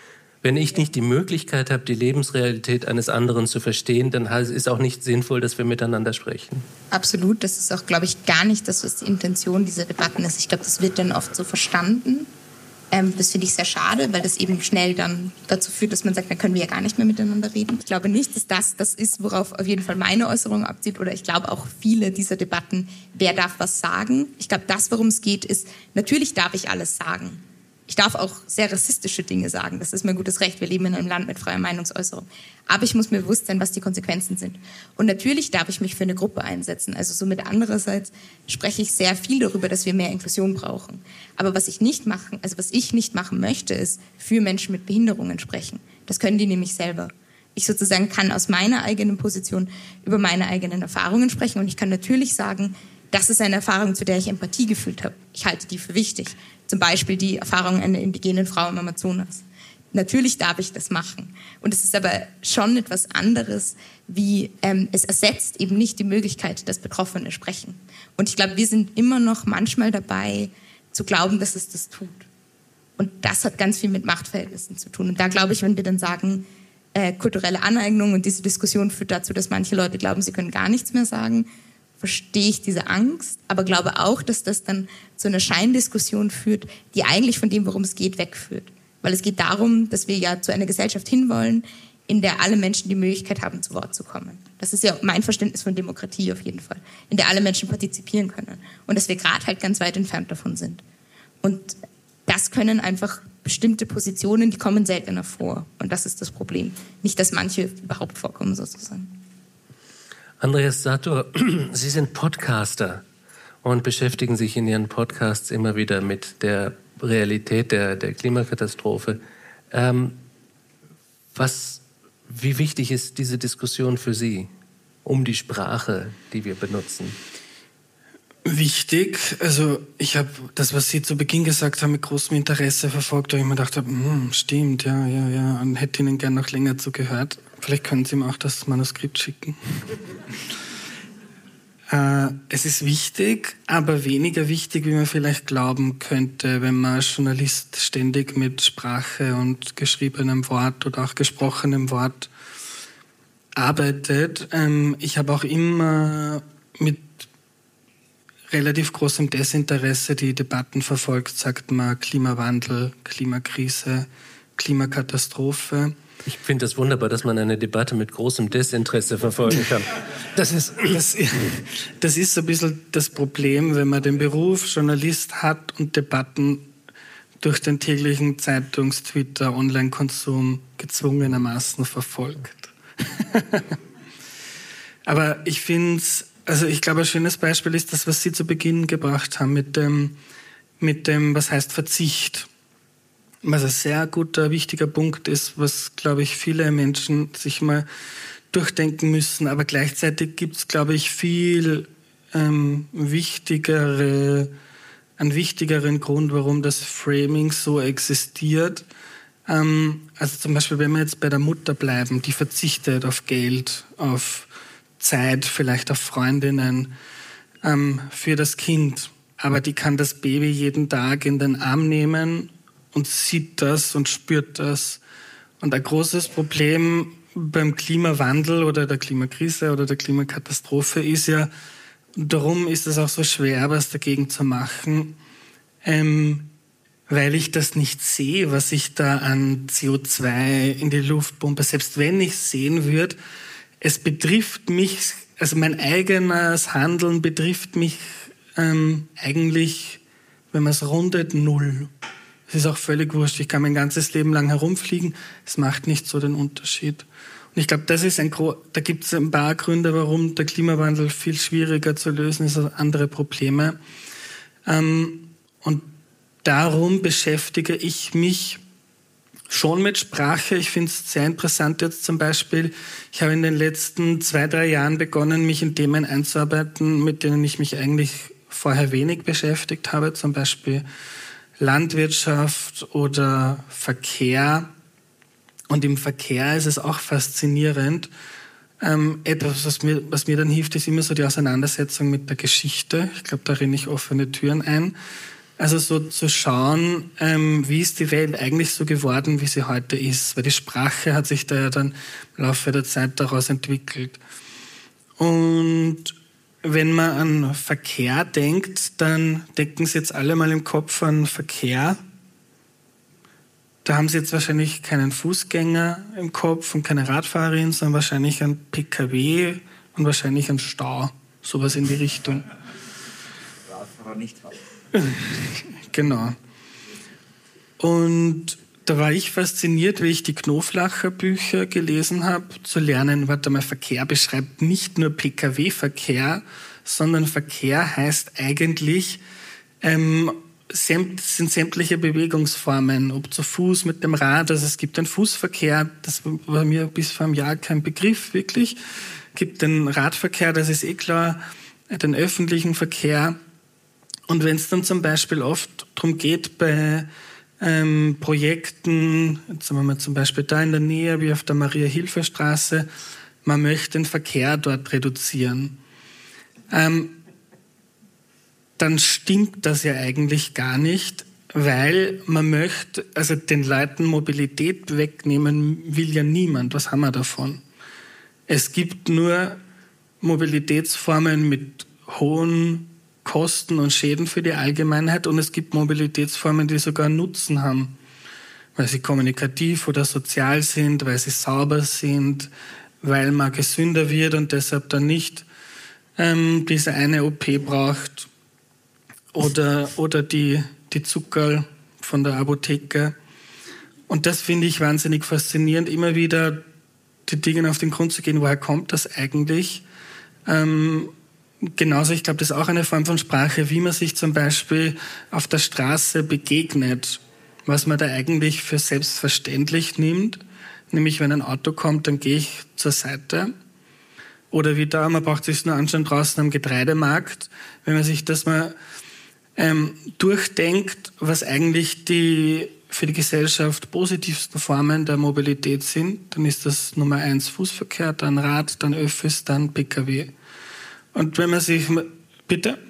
Wenn ich nicht die Möglichkeit habe, die Lebensrealität eines anderen zu verstehen, dann ist auch nicht sinnvoll, dass wir miteinander sprechen. Absolut, das ist auch, glaube ich, gar nicht das, was die Intention dieser Debatten ist. Ich glaube, das wird dann oft so verstanden. Das finde ich sehr schade, weil das eben schnell dann dazu führt, dass man sagt, dann können wir ja gar nicht mehr miteinander reden. Ich glaube nicht, dass das ist, worauf auf jeden Fall meine Äußerung abzieht, oder ich glaube auch viele dieser Debatten, wer darf was sagen. Ich glaube, das, worum es geht, ist, natürlich darf ich alles sagen. Ich darf auch sehr rassistische Dinge sagen. Das ist mein gutes Recht. Wir leben in einem Land mit freier Meinungsäußerung. Aber ich muss mir bewusst sein, was die Konsequenzen sind. Und natürlich darf ich mich für eine Gruppe einsetzen. Also somit andererseits spreche ich sehr viel darüber, dass wir mehr Inklusion brauchen. Aber was ich nicht machen möchte, ist für Menschen mit Behinderungen sprechen. Das können die nämlich selber. Ich sozusagen kann aus meiner eigenen Position über meine eigenen Erfahrungen sprechen. Und ich kann natürlich sagen, das ist eine Erfahrung, zu der ich Empathie gefühlt habe. Ich halte die für wichtig. Zum Beispiel die Erfahrung einer indigenen Frau im Amazonas. Natürlich darf ich das machen. Und es ist aber schon etwas anderes, wie es ersetzt eben nicht die Möglichkeit, dass Betroffene sprechen. Und ich glaube, wir sind immer noch manchmal dabei, zu glauben, dass es das tut. Und das hat ganz viel mit Machtverhältnissen zu tun. Und da glaube ich, wenn wir dann sagen, kulturelle Aneignung und diese Diskussion führt dazu, dass manche Leute glauben, sie können gar nichts mehr sagen, verstehe ich diese Angst, aber glaube auch, dass das dann zu einer Scheindiskussion führt, die eigentlich von dem, worum es geht, wegführt. Weil es geht darum, dass wir ja zu einer Gesellschaft hinwollen, in der alle Menschen die Möglichkeit haben, zu Wort zu kommen. Das ist ja mein Verständnis von Demokratie auf jeden Fall. In der alle Menschen partizipieren können. Und dass wir gerade halt ganz weit entfernt davon sind. Und das können einfach bestimmte Positionen, die kommen seltener vor. Und das ist das Problem. Nicht, dass manche überhaupt vorkommen, sozusagen. Andreas Sator, Sie sind Podcaster und beschäftigen sich in Ihren Podcasts immer wieder mit der Realität der Klimakatastrophe. Wie wichtig ist diese Diskussion für Sie um die Sprache, die wir benutzen? Wichtig. Also ich habe das, was Sie zu Beginn gesagt haben, mit großem Interesse verfolgt, weil ich mir gedacht habe, stimmt, ja, und hätte Ihnen gern noch länger zugehört. Vielleicht können Sie mir auch das Manuskript schicken. Es ist wichtig, aber weniger wichtig, wie man vielleicht glauben könnte, wenn man als Journalist ständig mit Sprache und geschriebenem Wort oder auch gesprochenem Wort arbeitet. Ich habe auch immer mit relativ großem Desinteresse die Debatten verfolgt, sagt man Klimawandel, Klimakrise, Klimakatastrophe. Ich finde das wunderbar, dass man eine Debatte mit großem Desinteresse verfolgen kann. Das ist so ein bisschen das Problem, wenn man den Beruf Journalist hat und Debatten durch den täglichen Zeitungs-, Twitter-, Online-Konsum gezwungenermaßen verfolgt. Aber ich finde es, also ich glaube, ein schönes Beispiel ist das, was Sie zu Beginn gebracht haben mit dem, was heißt Verzicht. Was ein sehr guter, wichtiger Punkt ist, was, glaube ich, viele Menschen sich mal durchdenken müssen. Aber gleichzeitig gibt es, glaube ich, viel wichtigeren Grund, warum das Framing so existiert. Also zum Beispiel, wenn wir jetzt bei der Mutter bleiben, die verzichtet auf Geld, auf Zeit, vielleicht auf Freundinnen für das Kind. Aber die kann das Baby jeden Tag in den Arm nehmen und sieht das und spürt das. Und ein großes Problem beim Klimawandel oder der Klimakrise oder der Klimakatastrophe ist ja, darum ist es auch so schwer, was dagegen zu machen, weil ich das nicht sehe, was ich da an CO2 in die Luft pumpe. Selbst wenn ich es sehen würde, es betrifft mich, also mein eigenes Handeln betrifft mich eigentlich, wenn man es rundet, null. Es ist auch völlig wurscht. Ich kann mein ganzes Leben lang herumfliegen. Es macht nicht so den Unterschied. Und ich glaube, da gibt es ein paar Gründe, warum der Klimawandel viel schwieriger zu lösen ist als andere Probleme. Und darum beschäftige ich mich schon mit Sprache. Ich finde es sehr interessant jetzt zum Beispiel. Ich habe in den letzten 2-3 Jahren begonnen, mich in Themen einzuarbeiten, mit denen ich mich eigentlich vorher wenig beschäftigt habe. Zum Beispiel Landwirtschaft oder Verkehr. Und im Verkehr ist es auch faszinierend. Etwas, was mir dann hilft, ist immer so die Auseinandersetzung mit der Geschichte. Ich glaube, da renne ich offene Türen ein. Also so zu schauen, wie ist die Welt eigentlich so geworden, wie sie heute ist. Weil die Sprache hat sich da ja dann im Laufe der Zeit daraus entwickelt. Und wenn man an Verkehr denkt, dann denken Sie jetzt alle mal im Kopf an Verkehr. Da haben Sie jetzt wahrscheinlich keinen Fußgänger im Kopf und keine Radfahrerin, sondern wahrscheinlich einen PKW und wahrscheinlich einen Stau. Sowas in die Richtung. Radfahrer nicht Radfahrer. Genau. Und da war ich fasziniert, wie ich die Knoflacher Bücher gelesen habe, zu lernen, warte mal, Verkehr beschreibt nicht nur Pkw-Verkehr, sondern Verkehr heißt eigentlich, sind sämtliche Bewegungsformen, ob zu Fuß, mit dem Rad, also es gibt den Fußverkehr, das war mir bis vor einem Jahr kein Begriff wirklich, es gibt den Radverkehr, das ist klar, den öffentlichen Verkehr. Und wenn es dann zum Beispiel oft darum geht, bei Projekten, jetzt sagen wir mal zum Beispiel da in der Nähe, wie auf der Maria-Hilfer-Straße, man möchte den Verkehr dort reduzieren, dann stimmt das ja eigentlich gar nicht, weil man möchte, also den Leuten Mobilität wegnehmen will ja niemand. Was haben wir davon? Es gibt nur Mobilitätsformen mit hohen Kosten und Schäden für die Allgemeinheit und es gibt Mobilitätsformen, die sogar Nutzen haben, weil sie kommunikativ oder sozial sind, weil sie sauber sind, weil man gesünder wird und deshalb dann nicht diese eine OP braucht oder die Zuckerl von der Apotheke. Und das finde ich wahnsinnig faszinierend, immer wieder die Dinge auf den Grund zu gehen, woher kommt das eigentlich? Genauso, ich glaube, das ist auch eine Form von Sprache, wie man sich zum Beispiel auf der Straße begegnet, was man da eigentlich für selbstverständlich nimmt. Nämlich, wenn ein Auto kommt, dann gehe ich zur Seite. Oder wie da, man braucht sich nur anschauen draußen am Getreidemarkt. Wenn man sich das mal durchdenkt, was eigentlich die für die Gesellschaft positivsten Formen der Mobilität sind, dann ist das Nummer 1 Fußverkehr, dann Rad, dann Öffis, dann PKW. Und wenn man sich... Bitte?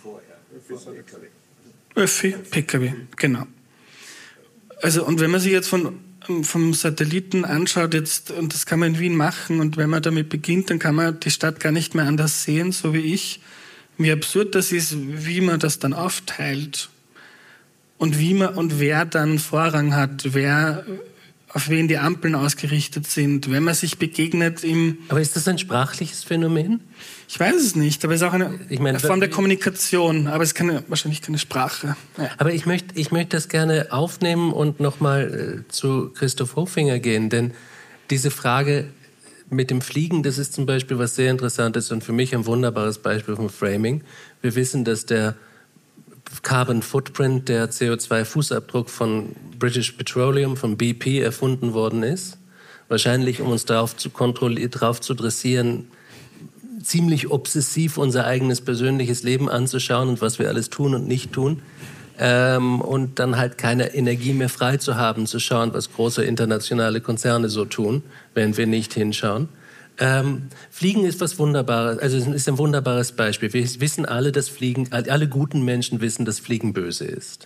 Öffi, PKW, genau. Also, und wenn man sich jetzt vom Satelliten anschaut, jetzt, und das kann man in Wien machen, und wenn man damit beginnt, dann kann man die Stadt gar nicht mehr anders sehen, so wie ich. Wie absurd das ist, wie man das dann aufteilt. Und wer dann Vorrang hat, auf wen die Ampeln ausgerichtet sind, wenn man sich begegnet im... Aber ist das ein sprachliches Phänomen? Ich weiß es nicht, aber es ist auch eine Form der Kommunikation, aber es ist wahrscheinlich keine Sprache. Ja. Aber ich möchte das gerne aufnehmen und nochmal zu Christoph Hofinger gehen, denn diese Frage mit dem Fliegen, das ist zum Beispiel was sehr Interessantes und für mich ein wunderbares Beispiel vom Framing. Wir wissen, dass der Carbon Footprint, der CO2-Fußabdruck von British Petroleum, von BP, erfunden worden ist. Wahrscheinlich, um uns darauf zu dressieren, ziemlich obsessiv unser eigenes persönliches Leben anzuschauen und was wir alles tun und nicht tun. Und dann halt keine Energie mehr frei zu haben, zu schauen, was große internationale Konzerne so tun, wenn wir nicht hinschauen. Fliegen ist was Wunderbares, also es ist ein wunderbares Beispiel. Wir wissen alle, dass alle guten Menschen wissen, dass Fliegen böse ist.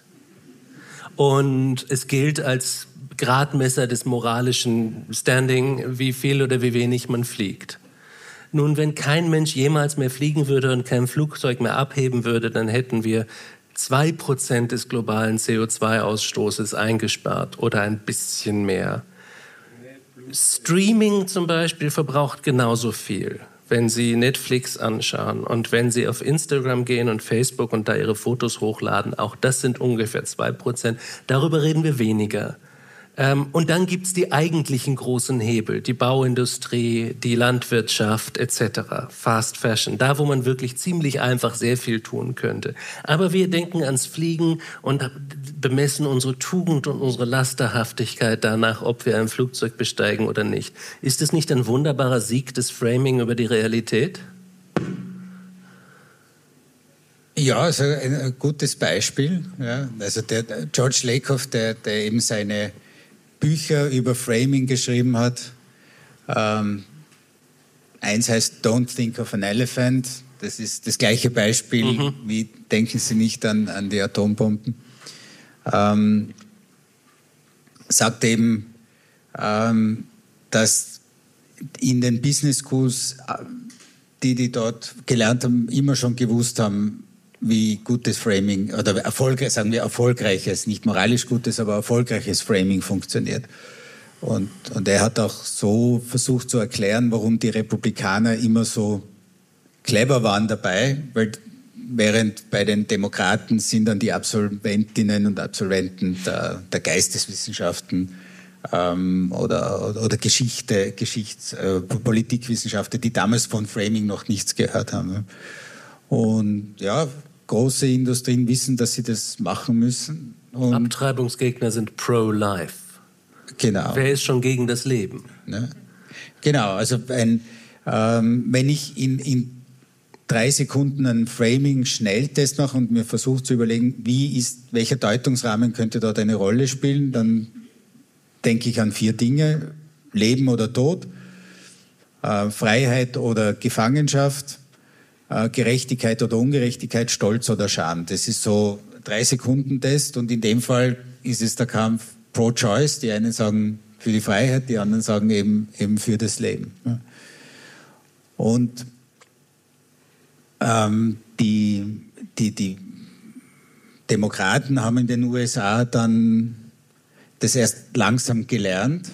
Und es gilt als Gradmesser des moralischen Standing, wie viel oder wie wenig man fliegt. Nun, wenn kein Mensch jemals mehr fliegen würde und kein Flugzeug mehr abheben würde, dann hätten wir 2% des globalen CO2-Ausstoßes eingespart oder ein bisschen mehr. Streaming zum Beispiel verbraucht genauso viel, wenn Sie Netflix anschauen und wenn Sie auf Instagram gehen und Facebook und da Ihre Fotos hochladen. Auch das sind ungefähr 2%. Darüber reden wir weniger. Und dann gibt's die eigentlichen großen Hebel, die Bauindustrie, die Landwirtschaft etc., Fast Fashion, da wo man wirklich ziemlich einfach sehr viel tun könnte. Aber wir denken ans Fliegen und bemessen unsere Tugend und unsere Lasterhaftigkeit danach, ob wir ein Flugzeug besteigen oder nicht. Ist es nicht ein wunderbarer Sieg des Framing über die Realität? Ja, also ein gutes Beispiel. Ja. Also der George Lakoff, der eben seine Bücher über Framing geschrieben hat. Eins heißt Don't Think of an Elephant. Das ist das gleiche Beispiel, wie denken Sie nicht an die Atombomben. sagt eben, dass in den Business Schools, die dort gelernt haben, immer schon gewusst haben, wie gutes Framing oder erfolgreiches, nicht moralisch gutes, aber erfolgreiches Framing funktioniert. Und er hat auch so versucht zu erklären, warum die Republikaner immer so clever waren dabei, weil während bei den Demokraten sind dann die Absolventinnen und Absolventen der Geisteswissenschaften oder Politikwissenschaften, die damals von Framing noch nichts gehört haben. Und ja, große Industrien wissen, dass sie das machen müssen. Und Abtreibungsgegner sind pro-life. Genau. Wer ist schon gegen das Leben? Ne? Genau, also wenn ich in 3 Sekunden einen Framing-Schnelltest mache und mir versuche zu überlegen, welcher Deutungsrahmen könnte dort eine Rolle spielen, dann denke ich an 4 Dinge: Leben oder Tod, Freiheit oder Gefangenschaft, Gerechtigkeit oder Ungerechtigkeit, Stolz oder Scham. Das ist so 3-Sekunden-Test, und in dem Fall ist es der Kampf pro-choice. Die einen sagen für die Freiheit, die anderen sagen eben für das Leben. Und die Demokraten haben in den USA dann das erst langsam gelernt.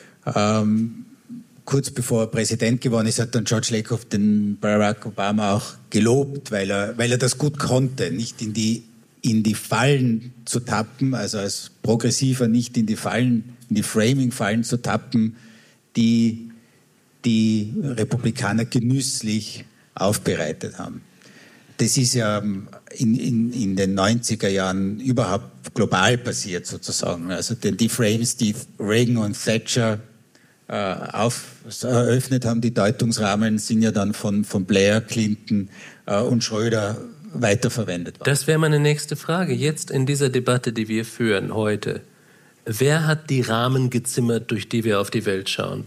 Kurz bevor er Präsident geworden ist, hat dann George Lakoff den Barack Obama auch gelobt, weil er das gut konnte, nicht in die Fallen zu tappen, also als Progressiver nicht in die Framing-Fallen zu tappen, die Republikaner genüsslich aufbereitet haben. Das ist ja in den 90er Jahren überhaupt global passiert sozusagen. Also die Frames, die Reagan und Thatcher eröffnet haben, die Deutungsrahmen, sind ja dann von Blair, Clinton und Schröder weiterverwendet worden. Das wäre meine nächste Frage. Jetzt in dieser Debatte, die wir führen heute, wer hat die Rahmen gezimmert, durch die wir auf die Welt schauen?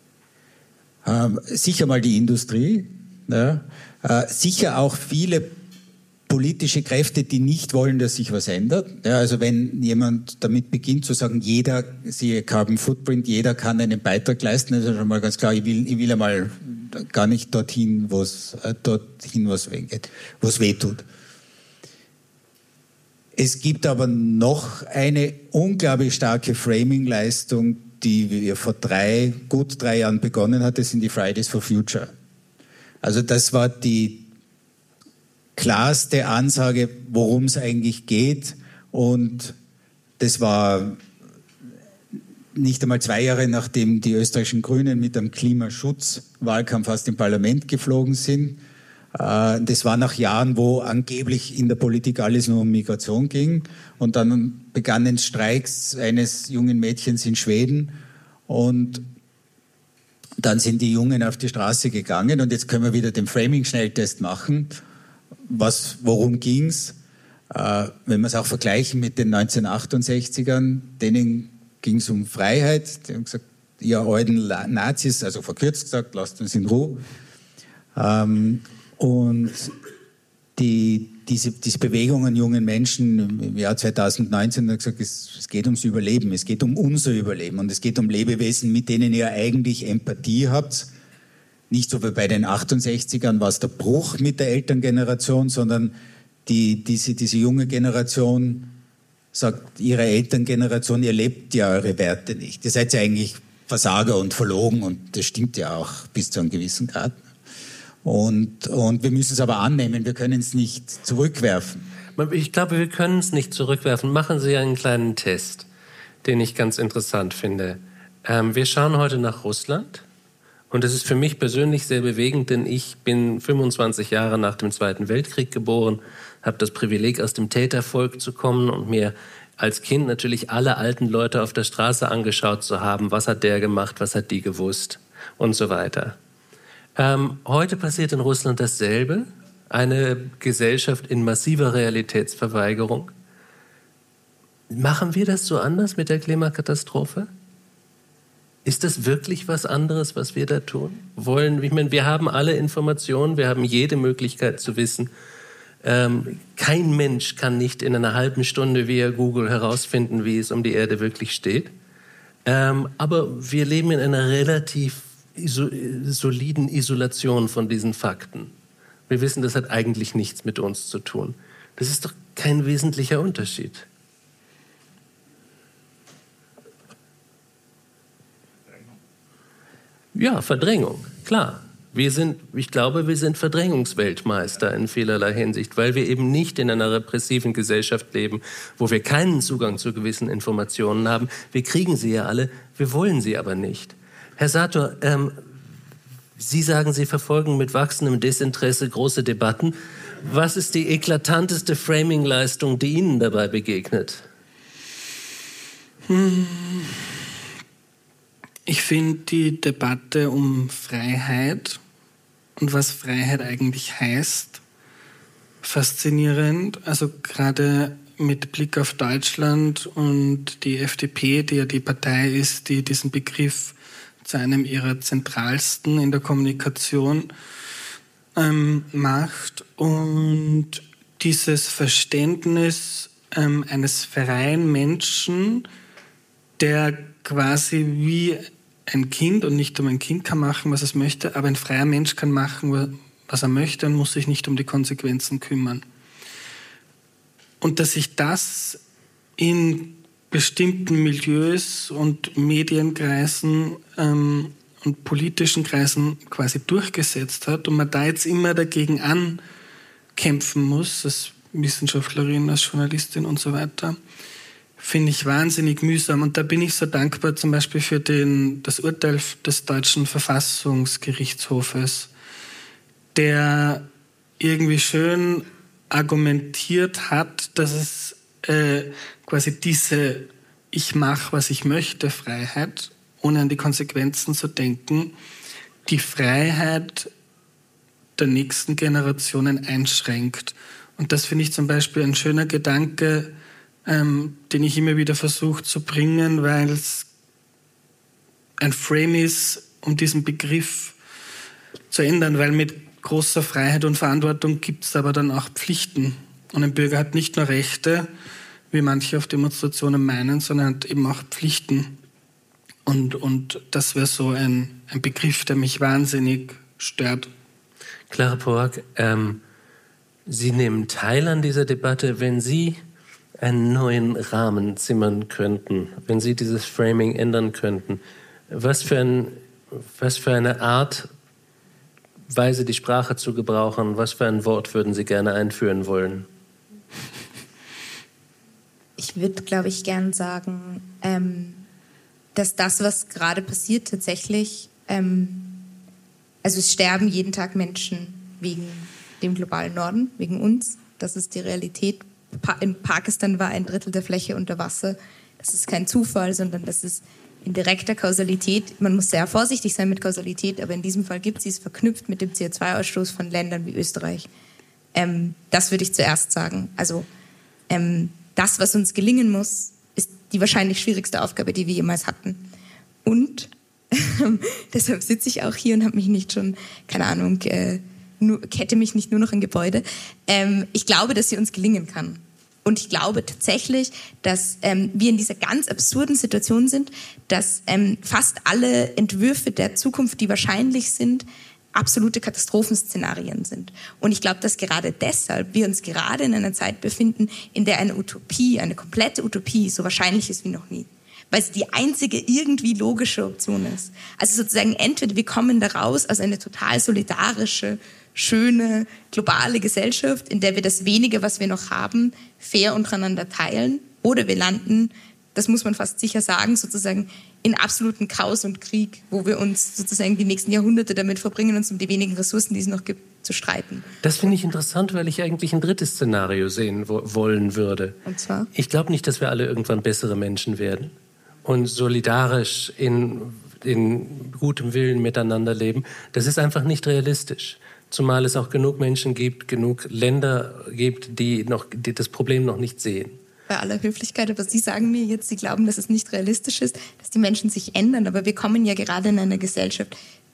Sicher mal die Industrie, ja. Sicher auch viele politische Kräfte, die nicht wollen, dass sich was ändert. Ja, also wenn jemand damit beginnt zu sagen, jeder, siehe Carbon Footprint, jeder kann einen Beitrag leisten, ist ja schon mal ganz klar, ich will einmal gar nicht dorthin, was wehtut. Es gibt aber noch eine unglaublich starke Framing-Leistung, die wir vor gut drei Jahren begonnen hat, das sind die Fridays for Future. Also das war die klarste Ansage, worum es eigentlich geht, und das war nicht einmal 2 Jahre, nachdem die österreichischen Grünen mit einem Klimaschutzwahlkampf aus dem Parlament geflogen sind. Das war nach Jahren, wo angeblich in der Politik alles nur um Migration ging, und dann begannen Streiks eines jungen Mädchens in Schweden, und dann sind die Jungen auf die Straße gegangen, und jetzt können wir wieder den Framing-Schnelltest machen. Worum ging's? Wenn wir es auch vergleichen mit den 1968ern, denen ging es um Freiheit. Die haben gesagt, ihr alten Nazis, also verkürzt gesagt, lasst uns in Ruhe. Und diese Bewegung an jungen Menschen im Jahr 2019 hat gesagt, es geht ums Überleben, es geht um unser Überleben, und es geht um Lebewesen, mit denen ihr eigentlich Empathie habt. Nicht so wie bei den 68ern war es der Bruch mit der Elterngeneration, sondern diese junge Generation sagt ihrer Elterngeneration, ihr lebt ja eure Werte nicht. Ihr seid ja eigentlich Versager und verlogen, und das stimmt ja auch bis zu einem gewissen Grad. Und wir müssen es aber annehmen, wir können es nicht zurückwerfen. Ich glaube, wir können es nicht zurückwerfen. Machen Sie einen kleinen Test, den ich ganz interessant finde. Wir schauen heute nach Russland, und das ist für mich persönlich sehr bewegend, denn ich bin 25 Jahre nach dem Zweiten Weltkrieg geboren, habe das Privileg, aus dem Tätervolk zu kommen und mir als Kind natürlich alle alten Leute auf der Straße angeschaut zu haben. Was hat der gemacht, was hat die gewusst und so weiter. Heute passiert in Russland dasselbe, eine Gesellschaft in massiver Realitätsverweigerung. Machen wir das so anders mit der Klimakatastrophe? Ist das wirklich was anderes, was wir da tun? Wir haben alle Informationen, wir haben jede Möglichkeit zu wissen, Kein Mensch kann nicht in einer halben Stunde via Google herausfinden, wie es um die Erde wirklich steht. Aber wir leben in einer relativ soliden Isolation von diesen Fakten. Wir wissen, das hat eigentlich nichts mit uns zu tun. Das ist doch kein wesentlicher Unterschied. Ja, Verdrängung, klar. Ich glaube, wir sind Verdrängungsweltmeister in vielerlei Hinsicht, weil wir eben nicht in einer repressiven Gesellschaft leben, wo wir keinen Zugang zu gewissen Informationen haben. Wir kriegen sie ja alle, wir wollen sie aber nicht. Herr Sator, Sie sagen, Sie verfolgen mit wachsendem Desinteresse große Debatten. Was ist die eklatanteste Framing-Leistung, die Ihnen dabei begegnet? Ich finde die Debatte um Freiheit und was Freiheit eigentlich heißt, faszinierend. Also gerade mit Blick auf Deutschland und die FDP, die ja die Partei ist, die diesen Begriff zu einem ihrer zentralsten in der Kommunikation macht. Und dieses Verständnis eines freien Menschen, der quasi wie ein Kind, und nicht um ein Kind kann machen, was es möchte, aber ein freier Mensch kann machen, was er möchte und muss sich nicht um die Konsequenzen kümmern. Und dass sich das in bestimmten Milieus und Medienkreisen und politischen Kreisen quasi durchgesetzt hat und man da jetzt immer dagegen ankämpfen muss, als Wissenschaftlerin, als Journalistin und so weiter, finde ich wahnsinnig mühsam. Und da bin ich so dankbar zum Beispiel für das Urteil des deutschen Verfassungsgerichtshofes, der irgendwie schön argumentiert hat, dass es quasi diese Ich mache, was ich möchte Freiheit, ohne an die Konsequenzen zu denken, die Freiheit der nächsten Generationen einschränkt. Und das finde ich zum Beispiel ein schöner Gedanke, den ich immer wieder versuche zu bringen, weil es ein Frame ist, um diesen Begriff zu ändern, weil mit großer Freiheit und Verantwortung gibt es aber dann auch Pflichten. Und ein Bürger hat nicht nur Rechte, wie manche auf Demonstrationen meinen, sondern hat eben auch Pflichten. Und das wäre so ein Begriff, der mich wahnsinnig stört. Clara Poag, Sie nehmen teil an dieser Debatte, wenn Sie einen neuen Rahmen zimmern könnten, wenn Sie dieses Framing ändern könnten. Was für eine Art, Weise die Sprache zu gebrauchen, was für ein Wort würden Sie gerne einführen wollen? Ich würde, glaube ich, gern sagen, dass das, was gerade passiert, tatsächlich, also es sterben jeden Tag Menschen wegen dem globalen Norden, wegen uns. Das ist die Realität. In Pakistan war 1/3 der Fläche unter Wasser. Das ist kein Zufall, sondern das ist in direkter Kausalität. Man muss sehr vorsichtig sein mit Kausalität, aber in diesem Fall gibt es verknüpft mit dem CO2-Ausstoß von Ländern wie Österreich. Das würde ich zuerst sagen. Also das, was uns gelingen muss, ist die wahrscheinlich schwierigste Aufgabe, die wir jemals hatten. Und deshalb sitze ich auch hier und habe mich nicht schon, keine Ahnung, kette mich nicht nur noch in Gebäude. Ich glaube, dass sie uns gelingen kann. Und ich glaube tatsächlich, dass wir in dieser ganz absurden Situation sind, dass fast alle Entwürfe der Zukunft, die wahrscheinlich sind, absolute Katastrophenszenarien sind. Und ich glaube, dass gerade deshalb wir uns gerade in einer Zeit befinden, in der eine Utopie, eine komplette Utopie so wahrscheinlich ist wie noch nie. Weil es die einzige irgendwie logische Option ist. Also sozusagen entweder wir kommen da raus aus einer total solidarische, schöne, globale Gesellschaft, in der wir das Wenige, was wir noch haben, fair untereinander teilen, oder wir landen, das muss man fast sicher sagen, sozusagen in absoluten Chaos und Krieg, wo wir uns sozusagen die nächsten Jahrhunderte damit verbringen, uns um die wenigen Ressourcen, die es noch gibt, zu streiten. Das finde ich interessant, weil ich eigentlich ein drittes Szenario sehen wollen würde. Und zwar? Ich glaube nicht, dass wir alle irgendwann bessere Menschen werden und solidarisch in gutem Willen miteinander leben. Das ist einfach nicht realistisch. Zumal es auch genug Menschen gibt, genug Länder gibt, die das Problem noch nicht sehen. Bei aller Höflichkeit, aber Sie sagen mir jetzt, Sie glauben, dass es nicht realistisch ist, dass die Menschen sich ändern. Aber wir kommen ja gerade in einer Gesellschaft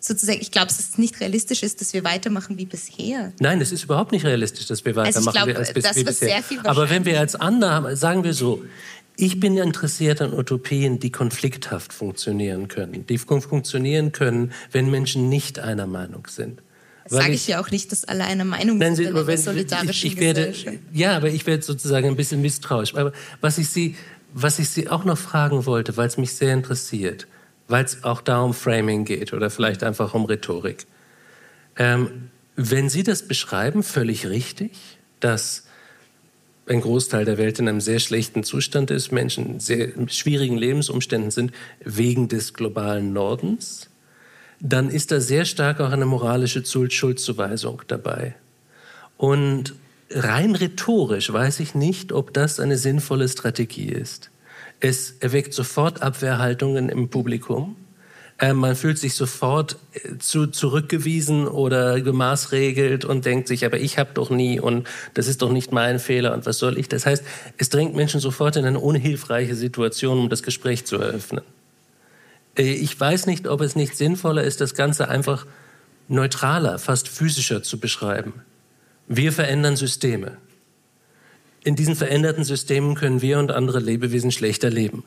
sozusagen, ich glaube, es ist nicht realistisch ist, dass wir weitermachen wie bisher. Nein, es ist überhaupt nicht realistisch, dass wir weitermachen wie bisher. Aber wenn wir als Annahme, sagen wir so, ich bin interessiert an Utopien, die konflikthaft funktionieren können. Die funktionieren können, wenn Menschen nicht einer Meinung sind. Sage ich ja auch nicht, dass alle einer Meinung sind in einer solidarischen Gesellschaft. Ja, aber ich werde sozusagen ein bisschen misstrauisch. Aber was ich Sie auch noch fragen wollte, weil es mich sehr interessiert, weil es auch da um Framing geht oder vielleicht einfach um Rhetorik. Wenn Sie das beschreiben, völlig richtig, dass ein Großteil der Welt in einem sehr schlechten Zustand ist, Menschen in sehr schwierigen Lebensumständen sind, wegen des globalen Nordens, dann ist da sehr stark auch eine moralische Schuldzuweisung dabei. Und rein rhetorisch weiß ich nicht, ob das eine sinnvolle Strategie ist. Es erweckt sofort Abwehrhaltungen im Publikum. Man fühlt sich sofort zurückgewiesen oder gemaßregelt und denkt sich, aber ich habe doch nie und das ist doch nicht mein Fehler und was soll ich? Das heißt, es drängt Menschen sofort in eine unhilfreiche Situation, um das Gespräch zu eröffnen. Ich weiß nicht, ob es nicht sinnvoller ist, das Ganze einfach neutraler, fast physischer zu beschreiben. Wir verändern Systeme. In diesen veränderten Systemen können wir und andere Lebewesen schlechter leben.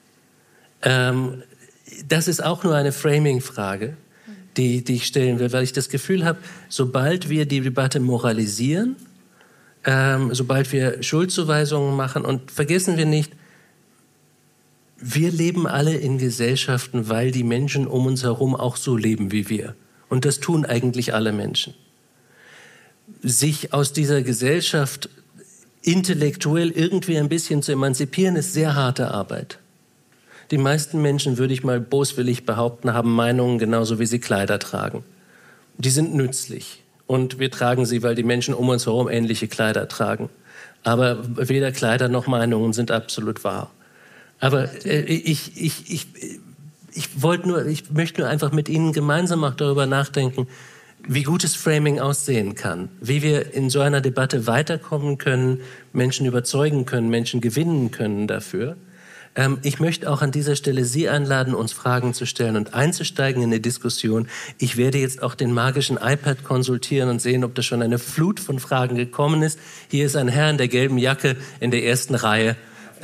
Das ist auch nur eine Framing-Frage, die ich stellen will, weil ich das Gefühl habe, sobald wir die Debatte moralisieren, sobald wir Schuldzuweisungen machen und vergessen wir nicht, wir leben alle in Gesellschaften, weil die Menschen um uns herum auch so leben wie wir. Und das tun eigentlich alle Menschen. Sich aus dieser Gesellschaft intellektuell irgendwie ein bisschen zu emanzipieren, ist sehr harte Arbeit. Die meisten Menschen, würde ich mal boswillig behaupten, haben Meinungen genauso wie sie Kleider tragen. Die sind nützlich und wir tragen sie, weil die Menschen um uns herum ähnliche Kleider tragen. Aber weder Kleider noch Meinungen sind absolut wahr. Aber ich möchte nur einfach mit Ihnen gemeinsam auch darüber nachdenken, wie gutes Framing aussehen kann, wie wir in so einer Debatte weiterkommen können, Menschen überzeugen können, Menschen gewinnen können dafür. Ich möchte auch an dieser Stelle Sie einladen, uns Fragen zu stellen und einzusteigen in eine Diskussion. Ich werde jetzt auch den magischen iPad konsultieren und sehen, ob da schon eine Flut von Fragen gekommen ist. Hier ist ein Herr in der gelben Jacke in der ersten Reihe.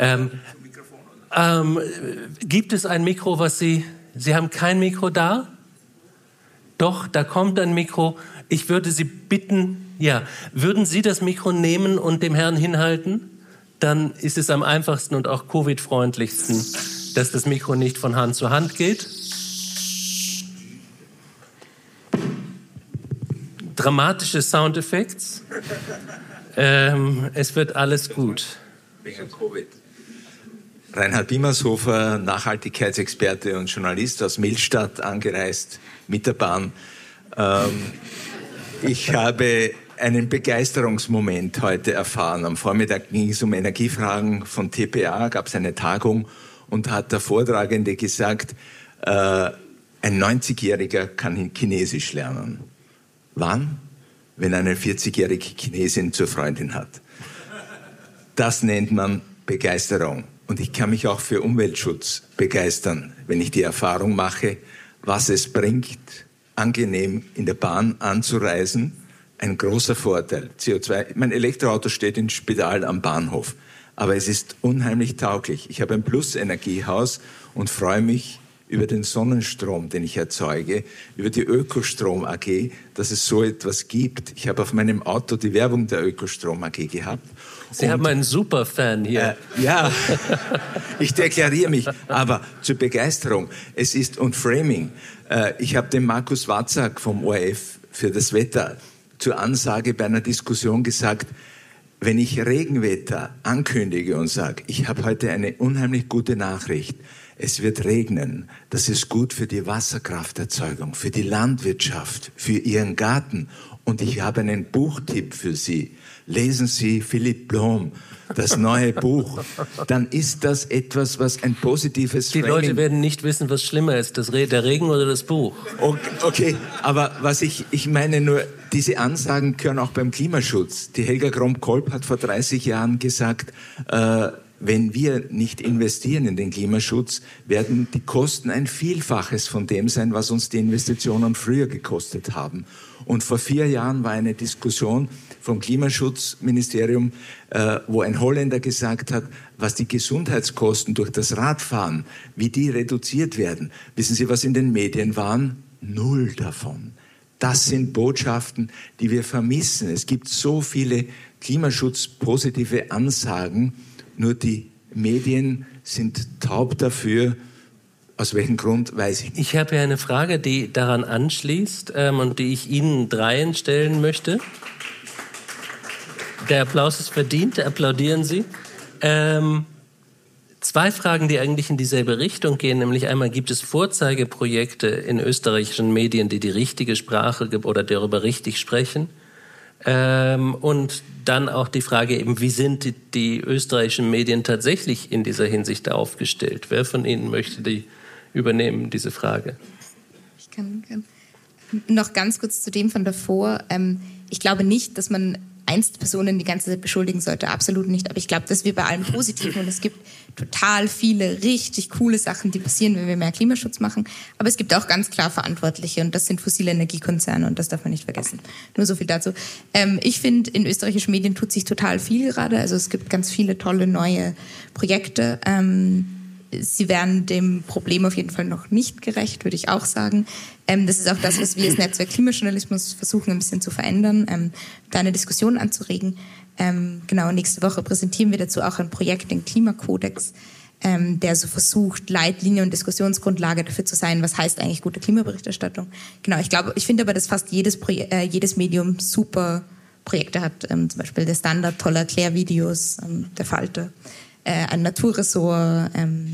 Gibt es ein Mikro, was Sie haben kein Mikro da? Doch, da kommt ein Mikro. Ich würde Sie bitten, würden Sie das Mikro nehmen und dem Herrn hinhalten? Dann ist es am einfachsten und auch Covid-freundlichsten, dass das Mikro nicht von Hand zu Hand geht. Dramatische Soundeffekte. Es wird alles gut. Wegen Covid. Reinhard Biemershofer, Nachhaltigkeitsexperte und Journalist aus Millstatt, angereist mit der Bahn. Ich habe einen Begeisterungsmoment heute erfahren. Am Vormittag ging es um Energiefragen von TPA, gab es eine Tagung und hat der Vortragende gesagt, ein 90-Jähriger kann Chinesisch lernen. Wann? Wenn eine 40-jährige Chinesin zur Freundin hat. Das nennt man Begeisterung. Und ich kann mich auch für Umweltschutz begeistern, wenn ich die Erfahrung mache, was es bringt, angenehm in der Bahn anzureisen. Ein großer Vorteil. CO2. Mein Elektroauto steht im Spital am Bahnhof. Aber es ist unheimlich tauglich. Ich habe ein Plus-Energiehaus und freue mich über den Sonnenstrom, den ich erzeuge, über die Ökostrom AG, dass es so etwas gibt. Ich habe auf meinem Auto die Werbung der Ökostrom AG gehabt. Sie haben einen Superfan hier. Ja, ich deklariere mich. Aber zur Begeisterung. Es ist und Framing. Ich habe dem Markus Watzak vom ORF für das Wetter zur Ansage bei einer Diskussion gesagt, wenn ich Regenwetter ankündige und sage, ich habe heute eine unheimlich gute Nachricht, es wird regnen, das ist gut für die Wasserkrafterzeugung, für die Landwirtschaft, für Ihren Garten. Und ich habe einen Buchtipp für Sie. Lesen Sie Philipp Blom, das neue Buch. Dann ist das etwas, was ein positives Die Leute werden nicht wissen, was schlimmer ist, der Regen oder das Buch. Okay, aber was ich meine nur, diese Ansagen gehören auch beim Klimaschutz. Die Helga Kromp-Kolb hat vor 30 Jahren gesagt, wenn wir nicht investieren in den Klimaschutz, werden die Kosten ein Vielfaches von dem sein, was uns die Investitionen früher gekostet haben. Und vor 4 Jahren war eine Diskussion vom Klimaschutzministerium, wo ein Holländer gesagt hat, was die Gesundheitskosten durch das Radfahren, wie die reduziert werden. Wissen Sie, was in den Medien waren? 0 davon. Das sind Botschaften, die wir vermissen. Es gibt so viele klimaschutzpositive Ansagen, nur die Medien sind taub dafür. Aus welchem Grund, weiß ich nicht. Ich habe ja eine Frage, die daran anschließt und die ich Ihnen dreien stellen möchte. Der Applaus ist verdient, applaudieren Sie. 2 Fragen, die eigentlich in dieselbe Richtung gehen, nämlich einmal, gibt es Vorzeigeprojekte in österreichischen Medien, die die richtige Sprache oder darüber richtig sprechen? Und dann auch die Frage eben, wie sind die österreichischen Medien tatsächlich in dieser Hinsicht aufgestellt? Wer von Ihnen möchte die übernehmen, diese Frage? Ich kann noch ganz kurz zu dem von davor. Ich glaube nicht, dass man Einzelpersonen die ganze Zeit beschuldigen sollte, absolut nicht. Aber ich glaube, dass wir bei allem Positiven, und es gibt total viele richtig coole Sachen, die passieren, wenn wir mehr Klimaschutz machen. Aber es gibt auch ganz klar Verantwortliche, und das sind fossile Energiekonzerne, und das darf man nicht vergessen. Nur so viel dazu. Ich finde, in österreichischen Medien tut sich total viel gerade. Also es gibt ganz viele tolle neue Projekte. Sie werden dem Problem auf jeden Fall noch nicht gerecht, würde ich auch sagen. Das ist auch das, was wir als Netzwerk Klimajournalismus versuchen, ein bisschen zu verändern, da eine Diskussion anzuregen. Genau, nächste Woche präsentieren wir dazu auch ein Projekt, den Klimakodex, der so versucht, Leitlinie und Diskussionsgrundlage dafür zu sein, was heißt eigentlich gute Klimaberichterstattung. Genau, ich finde aber, dass fast jedes Medium super Projekte hat. Zum Beispiel der Standard, tolle Erklärvideos, der Falter. Ein Naturressort.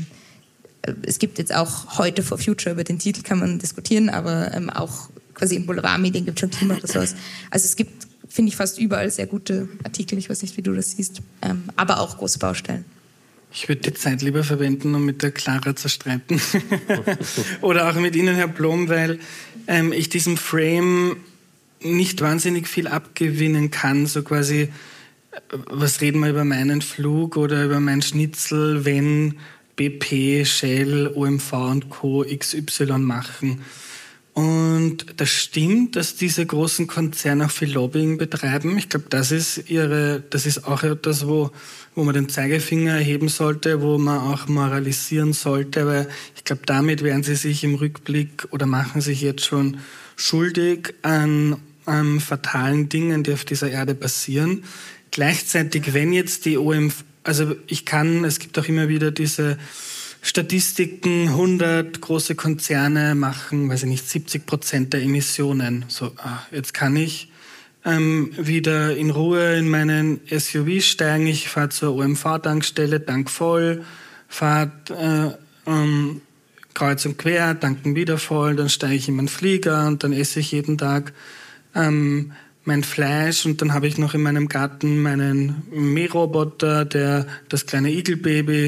Es gibt jetzt auch heute for Future, über den Titel kann man diskutieren, aber auch quasi in Boulevardmedien gibt es schon Klimaressorts. Also es gibt, finde ich, fast überall sehr gute Artikel, ich weiß nicht, wie du das siehst, aber auch große Baustellen. Ich würde die Zeit lieber verwenden, um mit der Clara zu streiten. Oder auch mit Ihnen, Herr Blom, weil ich diesem Frame nicht wahnsinnig viel abgewinnen kann, so quasi, was reden wir über meinen Flug oder über mein Schnitzel, wenn BP, Shell, OMV und Co. XY machen. Und das stimmt, dass diese großen Konzerne auch viel Lobbying betreiben. Ich glaube, das ist auch etwas, wo man den Zeigefinger erheben sollte, wo man auch moralisieren sollte, weil ich glaube, damit werden sie sich im Rückblick oder machen sich jetzt schon schuldig an fatalen Dingen, die auf dieser Erde passieren. Gleichzeitig, wenn jetzt die OMV, es gibt auch immer wieder diese Statistiken, 100 große Konzerne machen, 70% der Emissionen. So, jetzt kann ich wieder in Ruhe in meinen SUV steigen, ich fahre zur OMV-Tankstelle, tank voll, fahre kreuz und quer, tanken wieder voll, dann steige ich in meinen Flieger und dann esse ich jeden Tag mein Fleisch, und dann habe ich noch in meinem Garten meinen Mähroboter, der das kleine Igelbaby,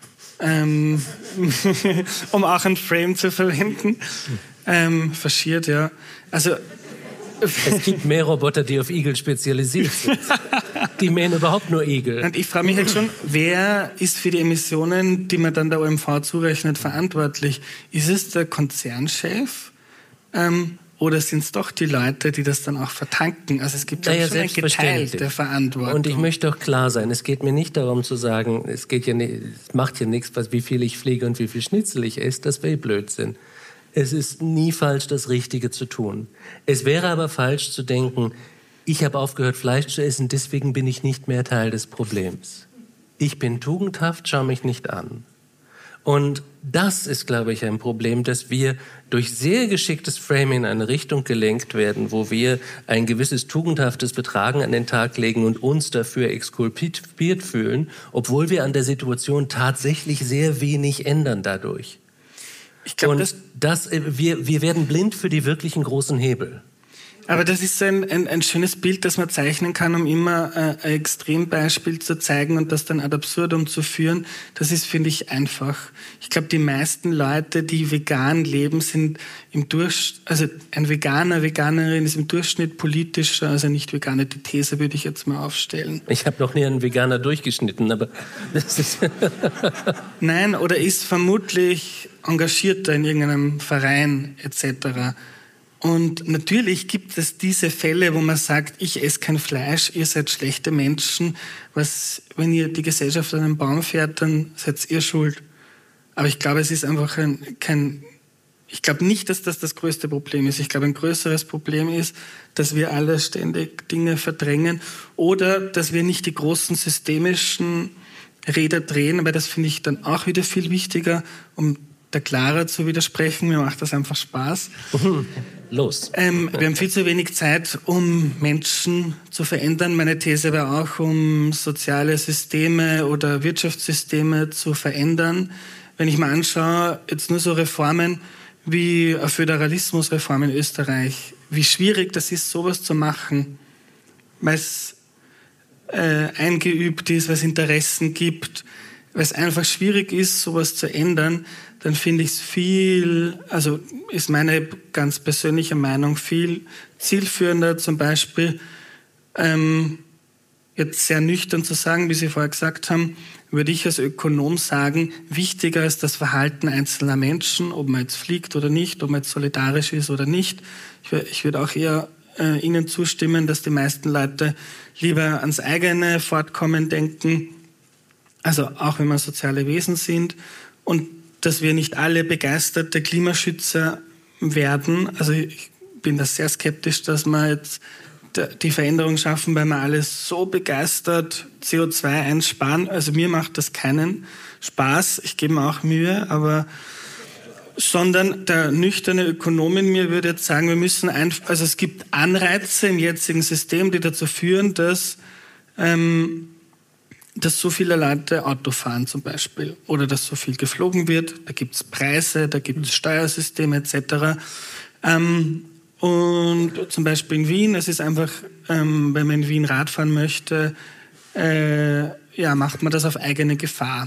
um auch ein Frame zu verwenden, faschiert, ja. Also es gibt Mähroboter, die auf Igel spezialisiert sind. Die mähen überhaupt nur Igel. Und ich frage mich halt schon, wer ist für die Emissionen, die man dann der OMV zurechnet, verantwortlich? Ist es der Konzernchef? Oder sind es doch die Leute, die das dann auch vertanken? Also es gibt schon eine geteilte Verantwortung. Und ich möchte auch klar sein, es geht mir nicht darum zu sagen, es macht ja nichts, wie viel ich fliege und wie viel Schnitzel ich esse, das wäre Blödsinn. Es ist nie falsch, das Richtige zu tun. Es wäre aber falsch zu denken, ich habe aufgehört, Fleisch zu essen, deswegen bin ich nicht mehr Teil des Problems. Ich bin tugendhaft, schau mich nicht an. Und das ist, glaube ich, ein Problem, dass wir durch sehr geschicktes Framing in eine Richtung gelenkt werden, wo wir ein gewisses tugendhaftes Betragen an den Tag legen und uns dafür exkulpiert fühlen, obwohl wir an der Situation tatsächlich sehr wenig ändern dadurch. Ich glaube, wir werden blind für die wirklichen großen Hebel. Aber das ist so ein schönes Bild, das man zeichnen kann, um immer ein Extrembeispiel zu zeigen und das dann ad absurdum zu führen. Das ist, finde ich, einfach. Ich glaube, die meisten Leute, die vegan leben, sind im Durchschnitt, also ein Veganer, Veganerin ist im Durchschnitt politischer als eine nicht vegane. Die These würde ich jetzt mal aufstellen. Ich habe noch nie einen Veganer durchgeschnitten, aber das ist... Nein, oder ist vermutlich engagierter in irgendeinem Verein etc. Und natürlich gibt es diese Fälle, wo man sagt, ich esse kein Fleisch, ihr seid schlechte Menschen. Wenn ihr die Gesellschaft an einen Baum fährt, dann seid ihr schuld. Aber ich glaube, es ist einfach ich glaube nicht, dass das größte Problem ist. Ich glaube, ein größeres Problem ist, dass wir alle ständig Dinge verdrängen oder dass wir nicht die großen systemischen Räder drehen, weil das finde ich dann auch wieder viel wichtiger, um der Clara zu widersprechen. Mir macht das einfach Spaß. Los. Wir haben viel zu wenig Zeit, um Menschen zu verändern. Meine These wäre auch, um soziale Systeme oder Wirtschaftssysteme zu verändern. Wenn ich mir anschaue, jetzt nur so Reformen wie eine Föderalismusreform in Österreich, wie schwierig das ist, sowas zu machen, weil es eingeübt ist, weil es Interessen gibt, weil es einfach schwierig ist, sowas zu ändern, dann finde ich es ist meine ganz persönliche Meinung, viel zielführender, zum Beispiel jetzt sehr nüchtern zu sagen, wie Sie vorher gesagt haben, würde ich als Ökonom sagen, wichtiger ist das Verhalten einzelner Menschen, ob man jetzt fliegt oder nicht, ob man jetzt solidarisch ist oder nicht. Ich würde auch eher Ihnen zustimmen, dass die meisten Leute lieber ans eigene Fortkommen denken, also auch wenn wir soziale Wesen sind, und dass wir nicht alle begeisterte Klimaschützer werden. Also ich bin da sehr skeptisch, dass wir jetzt die Veränderung schaffen, weil wir alle so begeistert CO2 einsparen. Also mir macht das keinen Spaß, ich gebe mir auch Mühe, sondern der nüchterne Ökonom in mir würde jetzt sagen, wir müssen also es gibt Anreize im jetzigen System, die dazu führen, dass so viele Leute Auto fahren zum Beispiel oder dass so viel geflogen wird. Da gibt es Preise, da gibt es Steuersysteme etc. Und zum Beispiel in Wien, es ist einfach, wenn man in Wien Radfahren möchte, macht man das auf eigene Gefahr.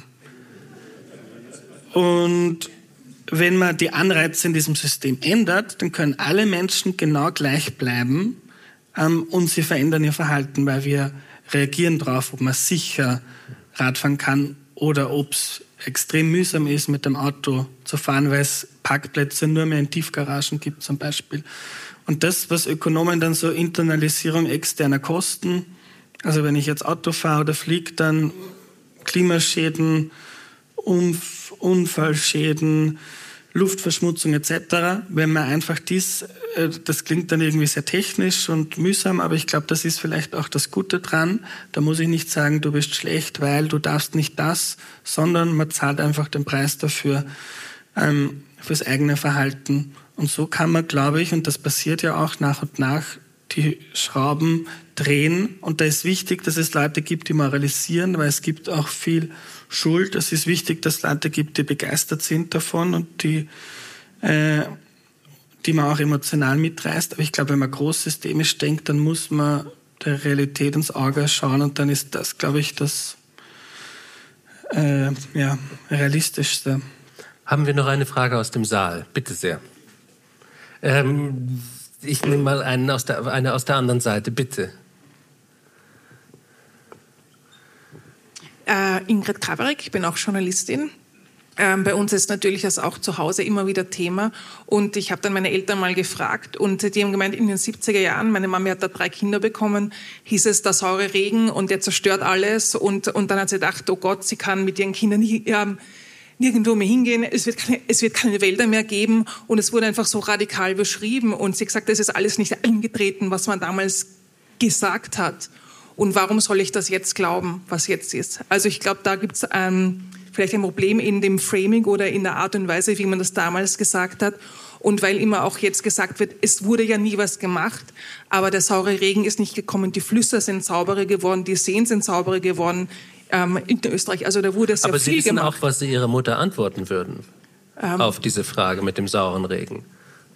Und wenn man die Anreize in diesem System ändert, dann können alle Menschen genau gleich bleiben und sie verändern ihr Verhalten, weil wir reagieren darauf, ob man sicher Radfahren kann oder ob es extrem mühsam ist, mit dem Auto zu fahren, weil es Parkplätze nur mehr in Tiefgaragen gibt zum Beispiel. Und das, was Ökonomen dann so Internalisierung externer Kosten, also wenn ich jetzt Auto fahre oder fliege, dann Klimaschäden, Unfallschäden, Luftverschmutzung etc. Wenn man einfach das klingt dann irgendwie sehr technisch und mühsam, aber ich glaube, das ist vielleicht auch das Gute dran. Da muss ich nicht sagen, du bist schlecht, weil du darfst nicht das, sondern man zahlt einfach den Preis dafür, fürs eigene Verhalten. Und so kann man, glaube ich, und das passiert ja auch nach und nach, die Schrauben drehen. Und da ist wichtig, dass es Leute gibt, die moralisieren, weil es gibt auch viel Schuld. Es ist wichtig, dass es Leute gibt, die begeistert sind davon und die man auch emotional mitreißt. Aber ich glaube, wenn man großsystemisch denkt, dann muss man der Realität ins Auge schauen und dann ist das, glaube ich, das realistischste. Haben wir noch eine Frage aus dem Saal? Bitte sehr. Ich nehme mal eine aus der anderen Seite, bitte. Ingrid Kabarek, ich bin auch Journalistin. Bei uns ist natürlich das auch zu Hause immer wieder Thema. Und ich habe dann meine Eltern mal gefragt und die haben gemeint, in den 70er Jahren, meine Mama hat da 3 Kinder bekommen, hieß es, der saure Regen und der zerstört alles. Und dann hat sie gedacht, oh Gott, sie kann mit ihren Kindern nirgendwo mehr hingehen, es wird keine Wälder mehr geben und es wurde einfach so radikal beschrieben und sie hat gesagt, das ist alles nicht eingetreten, was man damals gesagt hat und warum soll ich das jetzt glauben, was jetzt ist. Also ich glaube, da gibt es vielleicht ein Problem in dem Framing oder in der Art und Weise, wie man das damals gesagt hat und weil immer auch jetzt gesagt wird, es wurde ja nie was gemacht, aber der saure Regen ist nicht gekommen, die Flüsse sind sauberer geworden, die Seen sind sauberer geworden, in Österreich. Also da wurde sehr aber viel gemacht. Aber Sie wissen auch, was Sie Ihrer Mutter antworten würden auf diese Frage mit dem sauren Regen.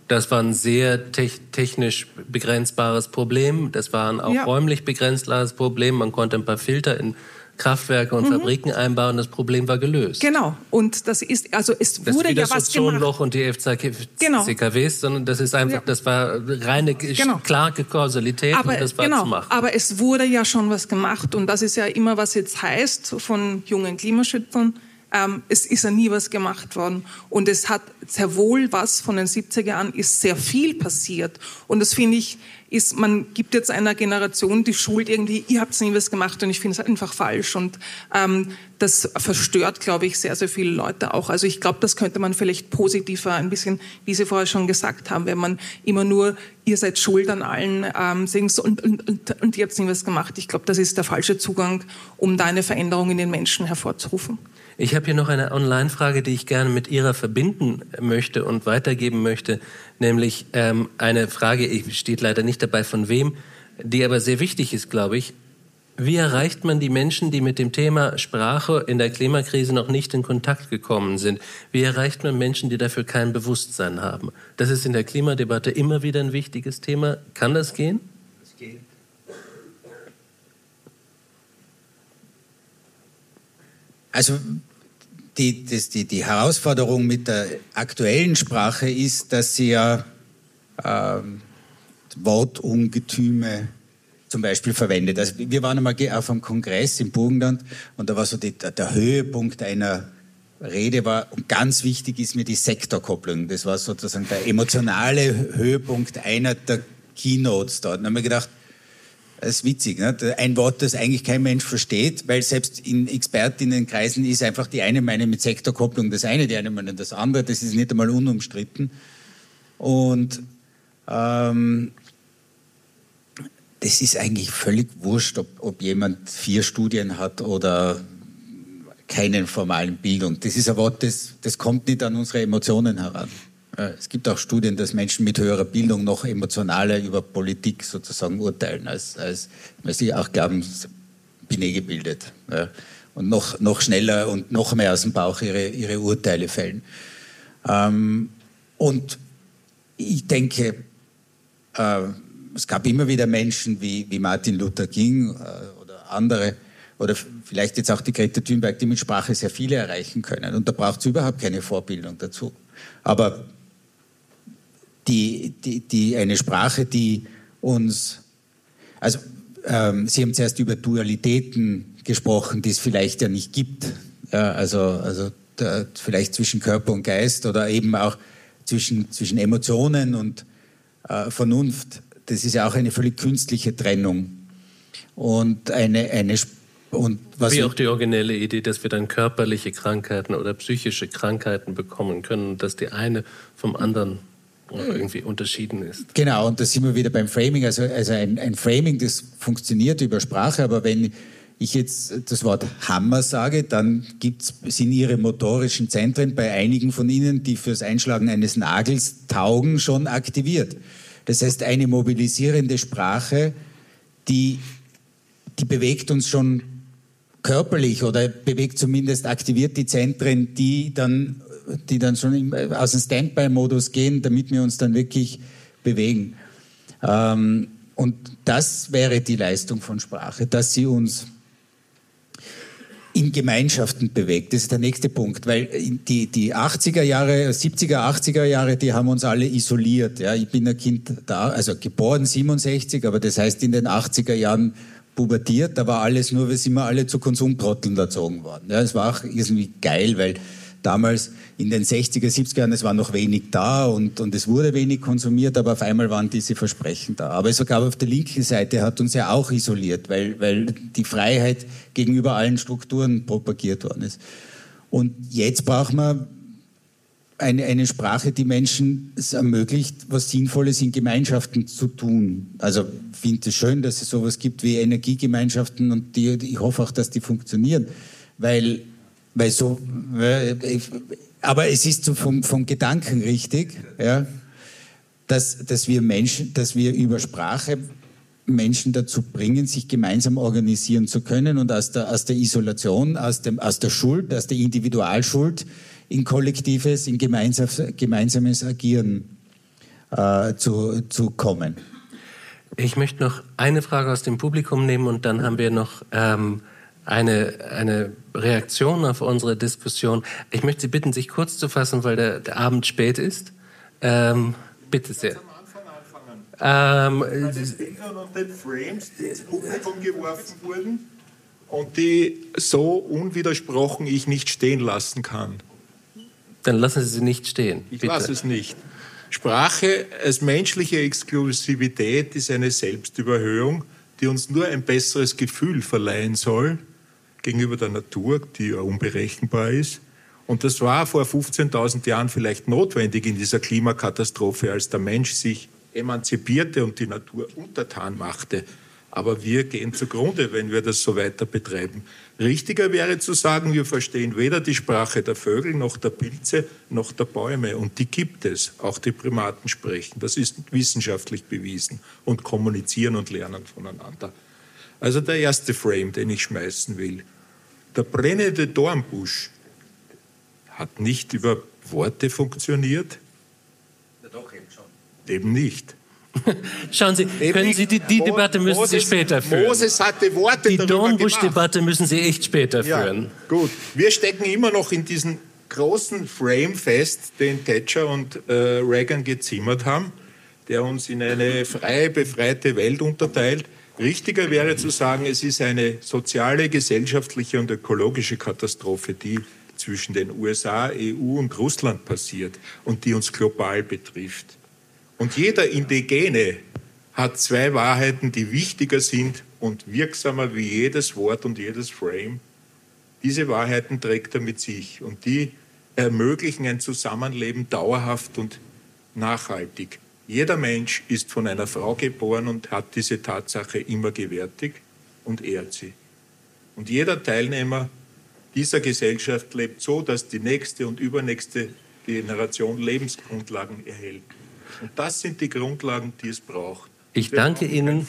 Das war ein sehr technisch begrenzbares Problem. Das war ein auch räumlich begrenzbares Problem. Man konnte ein paar Filter in Kraftwerke und Fabriken einbauen. Das Problem war gelöst. Genau. Und das ist, also es das wurde ist ja was gemacht. Das Ozonloch und die CKWs, sondern das ist einfach, das war reine, klare Kausalität und das war zu machen. Aber es wurde ja schon was gemacht und das ist ja immer, was jetzt heißt von jungen Klimaschützern. Es ist ja nie was gemacht worden. Und es hat sehr wohl was von den 70er Jahren, ist sehr viel passiert. Und das finde ich, man gibt jetzt einer Generation die Schuld irgendwie, ihr habt nie was gemacht und ich finde es einfach falsch. Und das verstört, glaube ich, sehr, sehr viele Leute auch. Also ich glaube, das könnte man vielleicht positiver ein bisschen, wie Sie vorher schon gesagt haben, wenn man immer nur, ihr seid schuld an allen, singt und ihr habt nie was gemacht. Ich glaube, das ist der falsche Zugang, um da eine Veränderung in den Menschen hervorzurufen. Ich habe hier noch eine Online-Frage, die ich gerne mit Ihrer verbinden möchte und weitergeben möchte, nämlich eine Frage, steht leider nicht dabei von wem, die aber sehr wichtig ist, glaube ich. Wie erreicht man die Menschen, die mit dem Thema Sprache in der Klimakrise noch nicht in Kontakt gekommen sind? Wie erreicht man Menschen, die dafür kein Bewusstsein haben? Das ist in der Klimadebatte immer wieder ein wichtiges Thema. Kann das gehen? Das geht. Also die Herausforderung mit der aktuellen Sprache ist, dass sie ja Wortungetüme zum Beispiel verwendet. Also wir waren einmal auf einem Kongress im Burgenland und da war so der Höhepunkt einer Rede war, und ganz wichtig ist mir die Sektorkopplung. Das war sozusagen der emotionale Höhepunkt einer der Keynotes dort. Und dann haben wir gedacht, das ist witzig, ne? Ein Wort, das eigentlich kein Mensch versteht, weil selbst in Expertinnenkreisen ist einfach die eine meinen mit Sektorkopplung das eine, die eine meinen das andere, das ist nicht einmal unumstritten. Und das ist eigentlich völlig wurscht, ob jemand 4 Studien hat oder keine formalen Bildung. Das ist ein Wort, das kommt nicht an unsere Emotionen heran. Es gibt auch Studien, dass Menschen mit höherer Bildung noch emotionaler über Politik sozusagen urteilen, weil sie auch glauben, bin ich gebildet. Ja. Und noch schneller und noch mehr aus dem Bauch ihre Urteile fällen. Und ich denke, es gab immer wieder Menschen wie Martin Luther King oder andere, oder vielleicht jetzt auch die Greta Thunberg, die mit Sprache sehr viele erreichen können. Und da braucht es überhaupt keine Vorbildung dazu. Aber eine Sprache, die uns, also Sie haben zuerst über Dualitäten gesprochen, die es vielleicht ja nicht gibt, ja, also vielleicht zwischen Körper und Geist oder eben auch zwischen Emotionen und Vernunft. Das ist ja auch eine völlig künstliche Trennung und wie auch die originelle Idee, dass wir dann körperliche Krankheiten oder psychische Krankheiten bekommen können und dass die eine vom anderen irgendwie unterschieden ist. Genau, und da sind wir wieder beim Framing. Also ein Framing, das funktioniert über Sprache, aber wenn ich jetzt das Wort Hammer sage, dann sind Ihre motorischen Zentren bei einigen von Ihnen, die fürs Einschlagen eines Nagels taugen, schon aktiviert. Das heißt, eine mobilisierende Sprache, die bewegt uns schon körperlich oder bewegt zumindest, aktiviert die Zentren, die dann schon aus dem Standby-Modus gehen, damit wir uns dann wirklich bewegen. Und das wäre die Leistung von Sprache, dass sie uns in Gemeinschaften bewegt. Das ist der nächste Punkt, weil die 80er Jahre, 70er, 80er Jahre, die haben uns alle isoliert. Ja, ich bin ein Kind da, also geboren 67, aber das heißt in den 80er Jahren pubertiert, da war alles nur, wir sind wir alle zu Konsumtrotteln erzogen worden. Ja, es war auch irgendwie geil, weil damals in den 60er, 70er Jahren, es war noch wenig da und es wurde wenig konsumiert, aber auf einmal waren diese Versprechen da. Aber sogar auf der linken Seite hat uns ja auch isoliert, weil die Freiheit gegenüber allen Strukturen propagiert worden ist. Und jetzt braucht man eine Sprache, die Menschen es ermöglicht, was Sinnvolles in Gemeinschaften zu tun. Also ich finde es schön, dass es sowas gibt wie Energiegemeinschaften und ich hoffe auch, dass die funktionieren, aber es ist so vom Gedanken richtig, ja, dass wir über Sprache Menschen dazu bringen, sich gemeinsam organisieren zu können und aus der Isolation, aus der Schuld, aus der Individualschuld in kollektives, in gemeinsames Agieren zu kommen. Ich möchte noch eine Frage aus dem Publikum nehmen und dann haben wir noch eine Reaktion auf unsere Diskussion. Ich möchte Sie bitten, sich kurz zu fassen, weil der Abend spät ist. Bitte sehr. Den Bildern und den Frames, die ins Publikum geworfen wurden und die so unwidersprochen ich nicht stehen lassen kann. Dann lassen Sie nicht stehen. Ich lasse es nicht. Sprache als menschliche Exklusivität ist eine Selbstüberhöhung, die uns nur ein besseres Gefühl verleihen soll gegenüber der Natur, die ja unberechenbar ist. Und das war vor 15.000 Jahren vielleicht notwendig in dieser Klimakatastrophe, als der Mensch sich emanzipierte und die Natur untertan machte. Aber wir gehen zugrunde, wenn wir das so weiter betreiben. Richtiger wäre zu sagen, wir verstehen weder die Sprache der Vögel, noch der Pilze, noch der Bäume. Und die gibt es. Auch die Primaten sprechen. Das ist wissenschaftlich bewiesen. Und kommunizieren und lernen voneinander. Also der erste Frame, den ich schmeißen will. Der brennende Dornbusch hat nicht über Worte funktioniert. Ja, doch, eben schon. Eben nicht. Schauen Sie, können Sie die Debatte müssen Sie später führen. Moses hatte Worte darüber gemacht. Die Dornbusch-Debatte müssen Sie echt später führen. Ja, gut. Wir stecken immer noch in diesen großen Frame fest, den Thatcher und Reagan gezimmert haben, der uns in eine freie, befreite Welt unterteilt. Richtiger wäre zu sagen, es ist eine soziale, gesellschaftliche und ökologische Katastrophe, die zwischen den USA, EU und Russland passiert und die uns global betrifft. Und jeder Indigene hat zwei Wahrheiten, die wichtiger sind und wirksamer wie jedes Wort und jedes Frame. Diese Wahrheiten trägt er mit sich und die ermöglichen ein Zusammenleben dauerhaft und nachhaltig. Jeder Mensch ist von einer Frau geboren und hat diese Tatsache immer gewärtigt und ehrt sie. Und jeder Teilnehmer dieser Gesellschaft lebt so, dass die nächste und übernächste Generation Lebensgrundlagen erhält. Und das sind die Grundlagen, die es braucht. Ich danke Ihnen.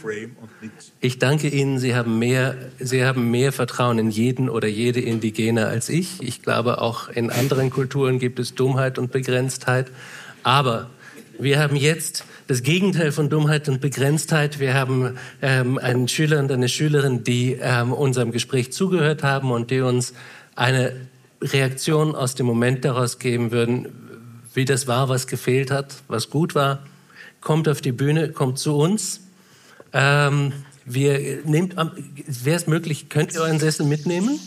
Sie haben mehr Vertrauen in jeden oder jede Indigene als ich. Ich glaube, auch in anderen Kulturen gibt es Dummheit und Begrenztheit. Aber wir haben jetzt das Gegenteil von Dummheit und Begrenztheit. Wir haben einen Schüler und eine Schülerin, die unserem Gespräch zugehört haben und die uns eine Reaktion aus dem Moment daraus geben würden, wie das war, was gefehlt hat, was gut war. Kommt auf die Bühne, kommt zu uns. Wäre es möglich, könnt ihr euren Sessel mitnehmen?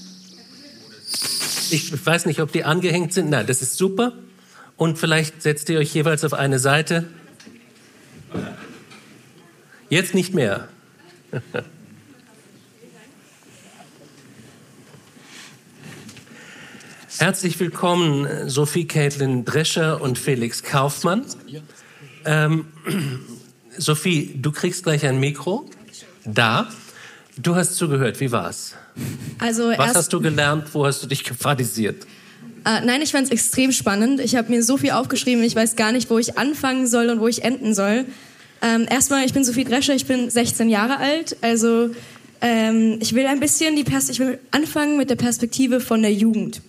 Ich weiß nicht, ob die angehängt sind. Nein, das ist super. Und vielleicht setzt ihr euch jeweils auf eine Seite. Jetzt nicht mehr. Herzlich willkommen, Sophie Caitlin Drescher und Felix Kaufmann. Sophie, du kriegst gleich ein Mikro. Da. Du hast zugehört. Wie war's? Was hast du gelernt? Wo hast du dich gefadisiert? Nein, ich fand es extrem spannend. Ich habe mir so viel aufgeschrieben. Ich weiß gar nicht, wo ich anfangen soll und wo ich enden soll. Erstmal, ich bin Sophie Drescher. Ich bin 16 Jahre alt. Ich will anfangen mit der Perspektive von der Jugend.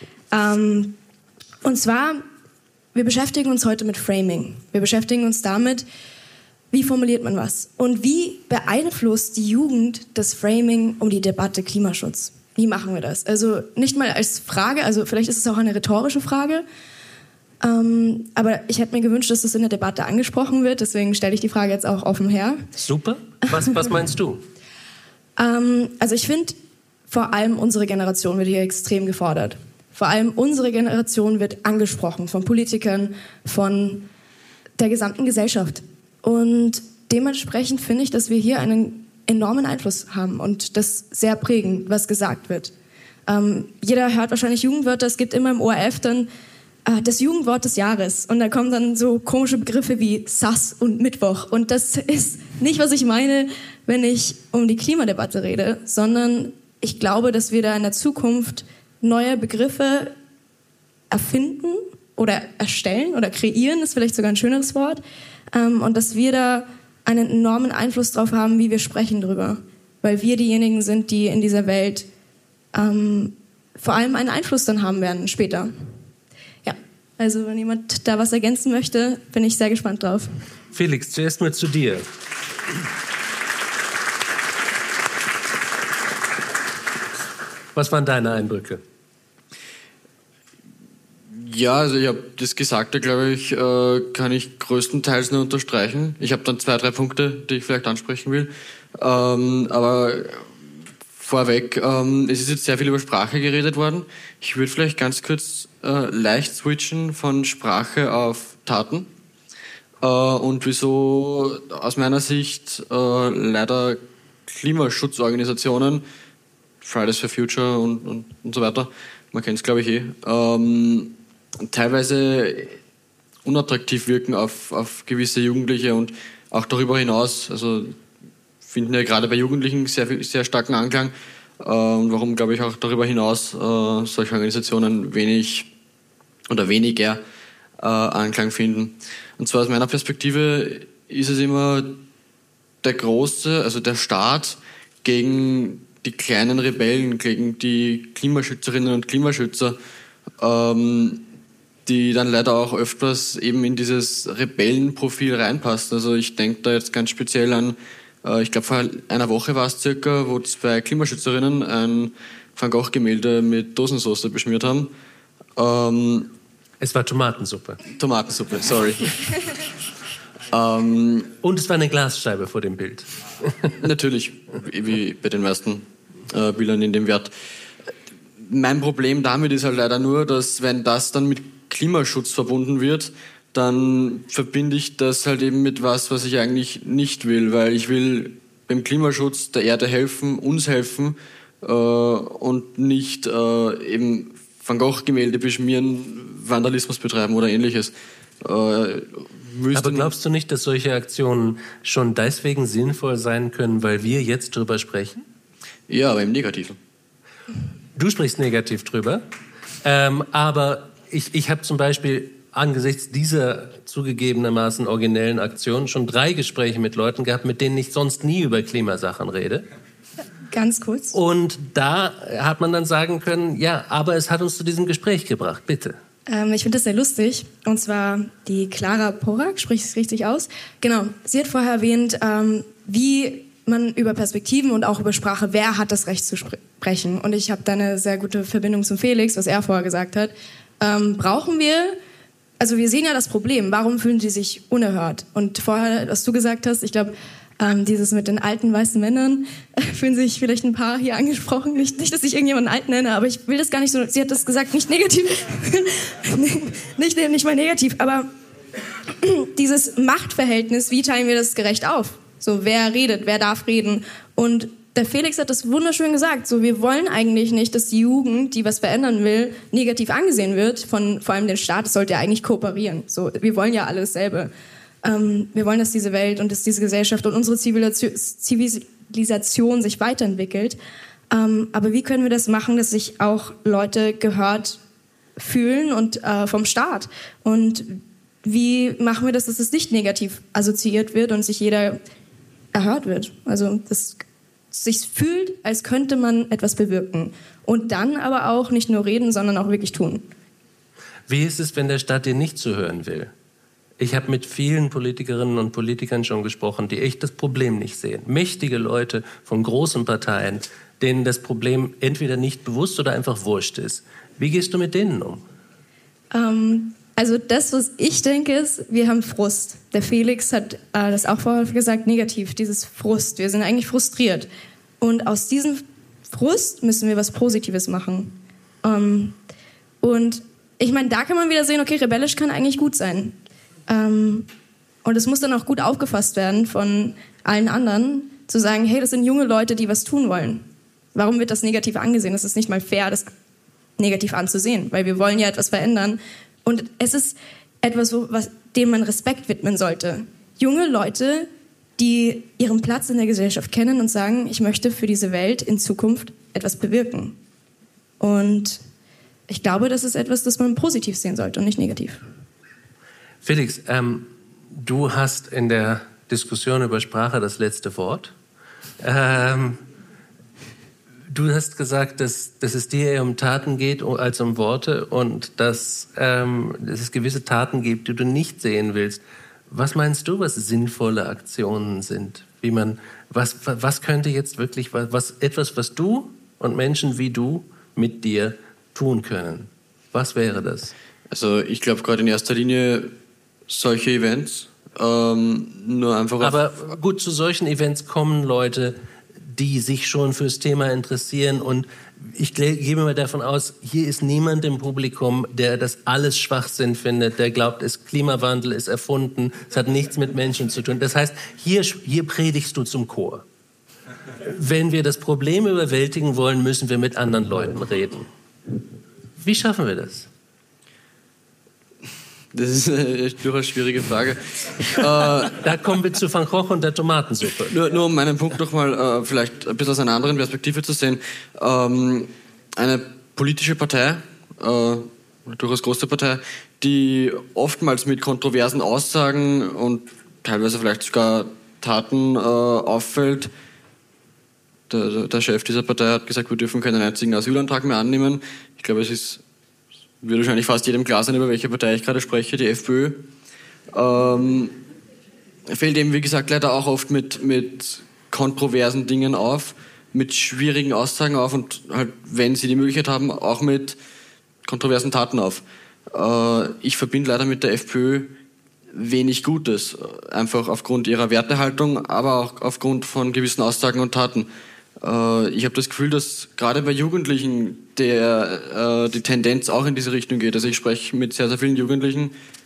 Und zwar, wir beschäftigen uns heute mit Framing. Wir beschäftigen uns damit, wie formuliert man was? Und wie beeinflusst die Jugend das Framing um die Debatte Klimaschutz? Wie machen wir das? Also nicht mal als Frage, also vielleicht ist es auch eine rhetorische Frage, aber ich hätte mir gewünscht, dass das in der Debatte angesprochen wird, deswegen stelle ich die Frage jetzt auch offen her. Super. Was meinst du? Ich finde, vor allem unsere Generation wird hier extrem gefordert. Vor allem unsere Generation wird angesprochen von Politikern, von der gesamten Gesellschaft. Und dementsprechend finde ich, dass wir hier einen enormen Einfluss haben und das sehr prägen, was gesagt wird. Jeder hört wahrscheinlich Jugendwörter, es gibt immer im ORF dann das Jugendwort des Jahres und da kommen dann so komische Begriffe wie Sass und Mittwoch und das ist nicht, was ich meine, wenn ich um die Klimadebatte rede, sondern ich glaube, dass wir da in der Zukunft neue Begriffe erfinden oder erstellen oder kreieren, ist vielleicht sogar ein schöneres Wort, und dass wir da einen enormen Einfluss drauf haben, wie wir sprechen drüber, weil wir diejenigen sind, die in dieser Welt vor allem einen Einfluss dann haben werden später. Ja, Also wenn jemand da was ergänzen möchte, bin ich sehr gespannt drauf. Felix, zuerst mal zu dir. Was waren deine Eindrücke? Ja, also ich habe das Gesagte, glaube ich, kann ich größtenteils nur unterstreichen. Ich habe dann 2, 3 Punkte, die ich vielleicht ansprechen will. Aber vorweg, es ist jetzt sehr viel über Sprache geredet worden. Ich würde vielleicht ganz kurz leicht switchen von Sprache auf Taten. Und wieso aus meiner Sicht leider Klimaschutzorganisationen, Fridays for Future und so weiter, man kennt es, glaube ich, teilweise unattraktiv wirken auf gewisse Jugendliche und auch darüber hinaus. Also finden ja gerade bei Jugendlichen sehr starken Anklang. Und warum, glaube ich, auch darüber hinaus solche Organisationen weniger Anklang finden. Und zwar aus meiner Perspektive ist es immer der Staat gegen die kleinen Rebellen, gegen die Klimaschützerinnen und Klimaschützer, die dann leider auch öfters eben in dieses Rebellenprofil reinpassen. Also ich denke da jetzt ganz speziell an, ich glaube vor einer Woche war es circa, wo 2 Klimaschützerinnen ein Van Gogh-Gemälde mit Dosensauce beschmiert haben. Es war Tomatensuppe. Tomatensuppe, sorry. Und es war eine Glasscheibe vor dem Bild. Natürlich, wie bei den meisten Bildern in dem Wert. Mein Problem damit ist halt leider nur, dass wenn das dann mit Klimaschutz verbunden wird, dann verbinde ich das halt eben mit was ich eigentlich nicht will, weil ich will beim Klimaschutz der Erde helfen, uns helfen und nicht eben Van Gogh-Gemälde beschmieren, Vandalismus betreiben oder Ähnliches. Aber glaubst du nicht, dass solche Aktionen schon deswegen sinnvoll sein können, weil wir jetzt drüber sprechen? Ja, aber im Negativen. Du sprichst negativ drüber, aber ich habe zum Beispiel angesichts dieser zugegebenermaßen originellen Aktion schon 3 Gespräche mit Leuten gehabt, mit denen ich sonst nie über Klimasachen rede. Ganz kurz. Und da hat man dann sagen können, ja, aber es hat uns zu diesem Gespräch gebracht, bitte. Ich finde das sehr lustig. Und zwar die Clara Porak, spricht es richtig aus? Genau, sie hat vorher erwähnt, wie man über Perspektiven und auch über Sprache, wer hat das Recht zu sprechen. Und ich habe da eine sehr gute Verbindung zum Felix, was er vorher gesagt hat. Brauchen wir, also wir sehen ja das Problem, warum fühlen die sich unerhört? Und vorher, was du gesagt hast, ich glaube, dieses mit den alten weißen Männern, fühlen sich vielleicht ein paar hier angesprochen. Nicht, dass ich irgendjemanden alt nenne, aber ich will das gar nicht so, sie hat das gesagt, nicht negativ, nicht mal negativ, aber dieses Machtverhältnis, wie teilen wir das gerecht auf? So, wer redet, wer darf reden? Und der Felix hat das wunderschön gesagt. So, wir wollen eigentlich nicht, dass die Jugend, die was verändern will, negativ angesehen wird von vor allem dem Staat. Es sollte ja eigentlich kooperieren. So, wir wollen ja alle dasselbe. Wir wollen, dass diese Welt und dass diese Gesellschaft und unsere Zivilisation sich weiterentwickelt. Aber wie können wir das machen, dass sich auch Leute gehört fühlen und vom Staat? Und wie machen wir das, dass es nicht negativ assoziiert wird und sich jeder erhört wird? Also, dass sich fühlt, als könnte man etwas bewirken. Und dann aber auch nicht nur reden, sondern auch wirklich tun. Wie ist es, wenn der Staat dir nicht zuhören will? Ich habe mit vielen Politikerinnen und Politikern schon gesprochen, die echt das Problem nicht sehen. Mächtige Leute von großen Parteien, denen das Problem entweder nicht bewusst oder einfach wurscht ist. Wie gehst du mit denen um? Also das, was ich denke, ist, wir haben Frust. Der Felix hat das auch vorher gesagt, negativ, dieses Frust. Wir sind eigentlich frustriert. Und aus diesem Frust müssen wir was Positives machen. Und ich meine, da kann man wieder sehen, okay, rebellisch kann eigentlich gut sein. Und es muss dann auch gut aufgefasst werden von allen anderen, zu sagen, hey, das sind junge Leute, die was tun wollen. Warum wird das negativ angesehen? Es ist nicht mal fair, das negativ anzusehen, weil wir wollen ja etwas verändern. Und es ist etwas, dem man Respekt widmen sollte. Junge Leute, die ihren Platz in der Gesellschaft kennen und sagen, ich möchte für diese Welt in Zukunft etwas bewirken. Und ich glaube, das ist etwas, das man positiv sehen sollte und nicht negativ. Felix, du hast in der Diskussion über Sprache das letzte Wort. Du hast gesagt, dass es dir eher um Taten geht als um Worte und dass es gewisse Taten gibt, die du nicht sehen willst. Was meinst du, was sinnvolle Aktionen sind? Was könnte jetzt wirklich, etwas, was du und Menschen wie du mit dir tun können? Was wäre das? Also ich glaube gerade in erster Linie solche Events. Nur einfach. Aber gut, zu solchen Events kommen Leute, die sich schon fürs Thema interessieren, und ich gehe mal davon aus, hier ist niemand im Publikum, der das alles Schwachsinn findet, der glaubt, Klimawandel ist erfunden, es hat nichts mit Menschen zu tun. Das heißt, hier predigst du zum Chor. Wenn wir das Problem überwältigen wollen, müssen wir mit anderen Leuten reden. Wie schaffen wir das? Das ist eine durchaus schwierige Frage. Da kommen wir zu Van Gogh und der Tomatensuppe. Nur um meinen Punkt nochmal vielleicht ein bisschen aus einer anderen Perspektive zu sehen. Eine politische Partei, eine durchaus große Partei, die oftmals mit kontroversen Aussagen und teilweise vielleicht sogar Taten auffällt. Der Chef dieser Partei hat gesagt, wir dürfen keinen einzigen Asylantrag mehr annehmen. Ich glaube, wird wahrscheinlich fast jedem klar sein, über welche Partei ich gerade spreche, die FPÖ. Fällt eben, wie gesagt, leider auch oft mit kontroversen Dingen auf, mit schwierigen Aussagen auf und halt, wenn sie die Möglichkeit haben, auch mit kontroversen Taten auf. Ich verbinde leider mit der FPÖ wenig Gutes, einfach aufgrund ihrer Wertehaltung, aber auch aufgrund von gewissen Aussagen und Taten. Ich habe das Gefühl, dass gerade bei Jugendlichen die Tendenz auch in diese Richtung geht. Also ich spreche mit sehr, sehr vielen Jugendlichen,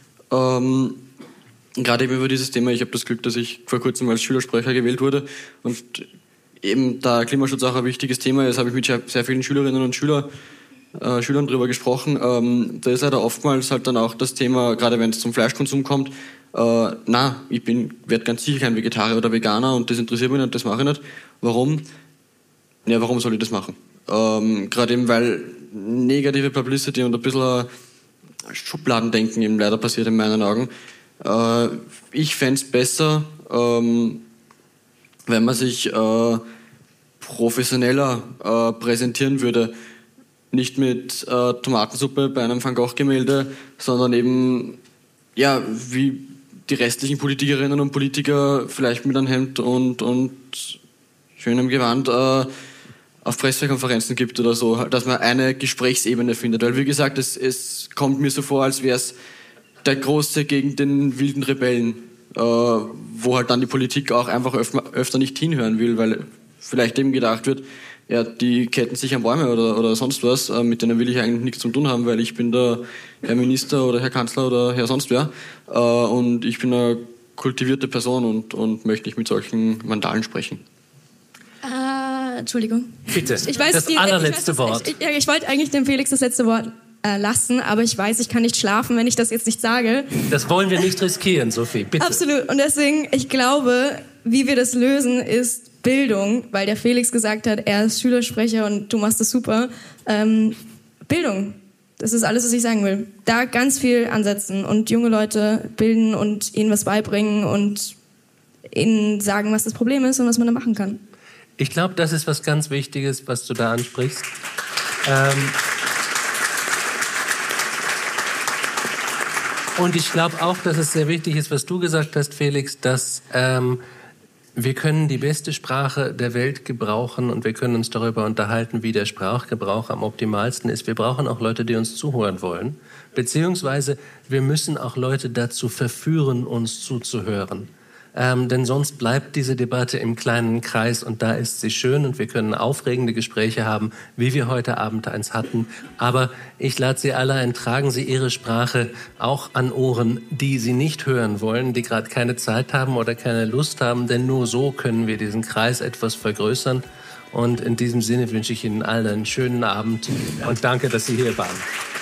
gerade eben über dieses Thema. Ich habe das Glück, dass ich vor kurzem als Schülersprecher gewählt wurde und eben da Klimaschutz auch ein wichtiges Thema ist, habe ich mit sehr vielen Schülerinnen und Schülern darüber gesprochen. Da ist leider oftmals halt dann auch das Thema, gerade wenn es zum Fleischkonsum kommt, ich werde ganz sicher kein Vegetarier oder Veganer und das interessiert mich nicht, das mache ich nicht. Warum? Ja, warum soll ich das machen? Gerade eben, weil negative Publicity und ein bisschen Schubladendenken eben leider passiert in meinen Augen. Ich fände es besser, wenn man sich professioneller präsentieren würde. Nicht mit Tomatensuppe bei einem Van Gogh-Gemälde, sondern eben, ja, wie die restlichen Politikerinnen und Politiker vielleicht mit einem Hemd und schönem Gewand auf Pressekonferenzen gibt oder so, dass man eine Gesprächsebene findet. Weil, wie gesagt, es kommt mir so vor, als wäre es der Große gegen den wilden Rebellen, wo halt dann die Politik auch einfach öfter nicht hinhören will, weil vielleicht eben gedacht wird, ja, die ketten sich an Bäume oder sonst was, mit denen will ich eigentlich nichts zu tun haben, weil ich bin der Herr Minister oder Herr Kanzler oder Herr sonst wer und ich bin eine kultivierte Person und möchte nicht mit solchen Vandalen sprechen. Entschuldigung. Bitte, das allerletzte Wort. Ich wollte eigentlich dem Felix das letzte Wort lassen, aber ich weiß, ich kann nicht schlafen, wenn ich das jetzt nicht sage. Das wollen wir nicht riskieren, Sophie, bitte. Absolut. Und deswegen, ich glaube, wie wir das lösen, ist Bildung, weil der Felix gesagt hat, er ist Schülersprecher und du machst das super. Bildung. Das ist alles, was ich sagen will. Da ganz viel ansetzen und junge Leute bilden und ihnen was beibringen und ihnen sagen, was das Problem ist und was man da machen kann. Ich glaube, das ist was ganz Wichtiges, was du da ansprichst. Und ich glaube auch, dass es sehr wichtig ist, was du gesagt hast, Felix, dass wir können die beste Sprache der Welt gebrauchen und wir können uns darüber unterhalten, wie der Sprachgebrauch am optimalsten ist. Wir brauchen auch Leute, die uns zuhören wollen. Beziehungsweise wir müssen auch Leute dazu verführen, uns zuzuhören. Denn sonst bleibt diese Debatte im kleinen Kreis und da ist sie schön und wir können aufregende Gespräche haben, wie wir heute Abend eins hatten. Aber ich lade Sie alle ein, tragen Sie Ihre Sprache auch an Ohren, die Sie nicht hören wollen, die gerade keine Zeit haben oder keine Lust haben, denn nur so können wir diesen Kreis etwas vergrößern. Und in diesem Sinne wünsche ich Ihnen allen einen schönen Abend und danke, dass Sie hier waren.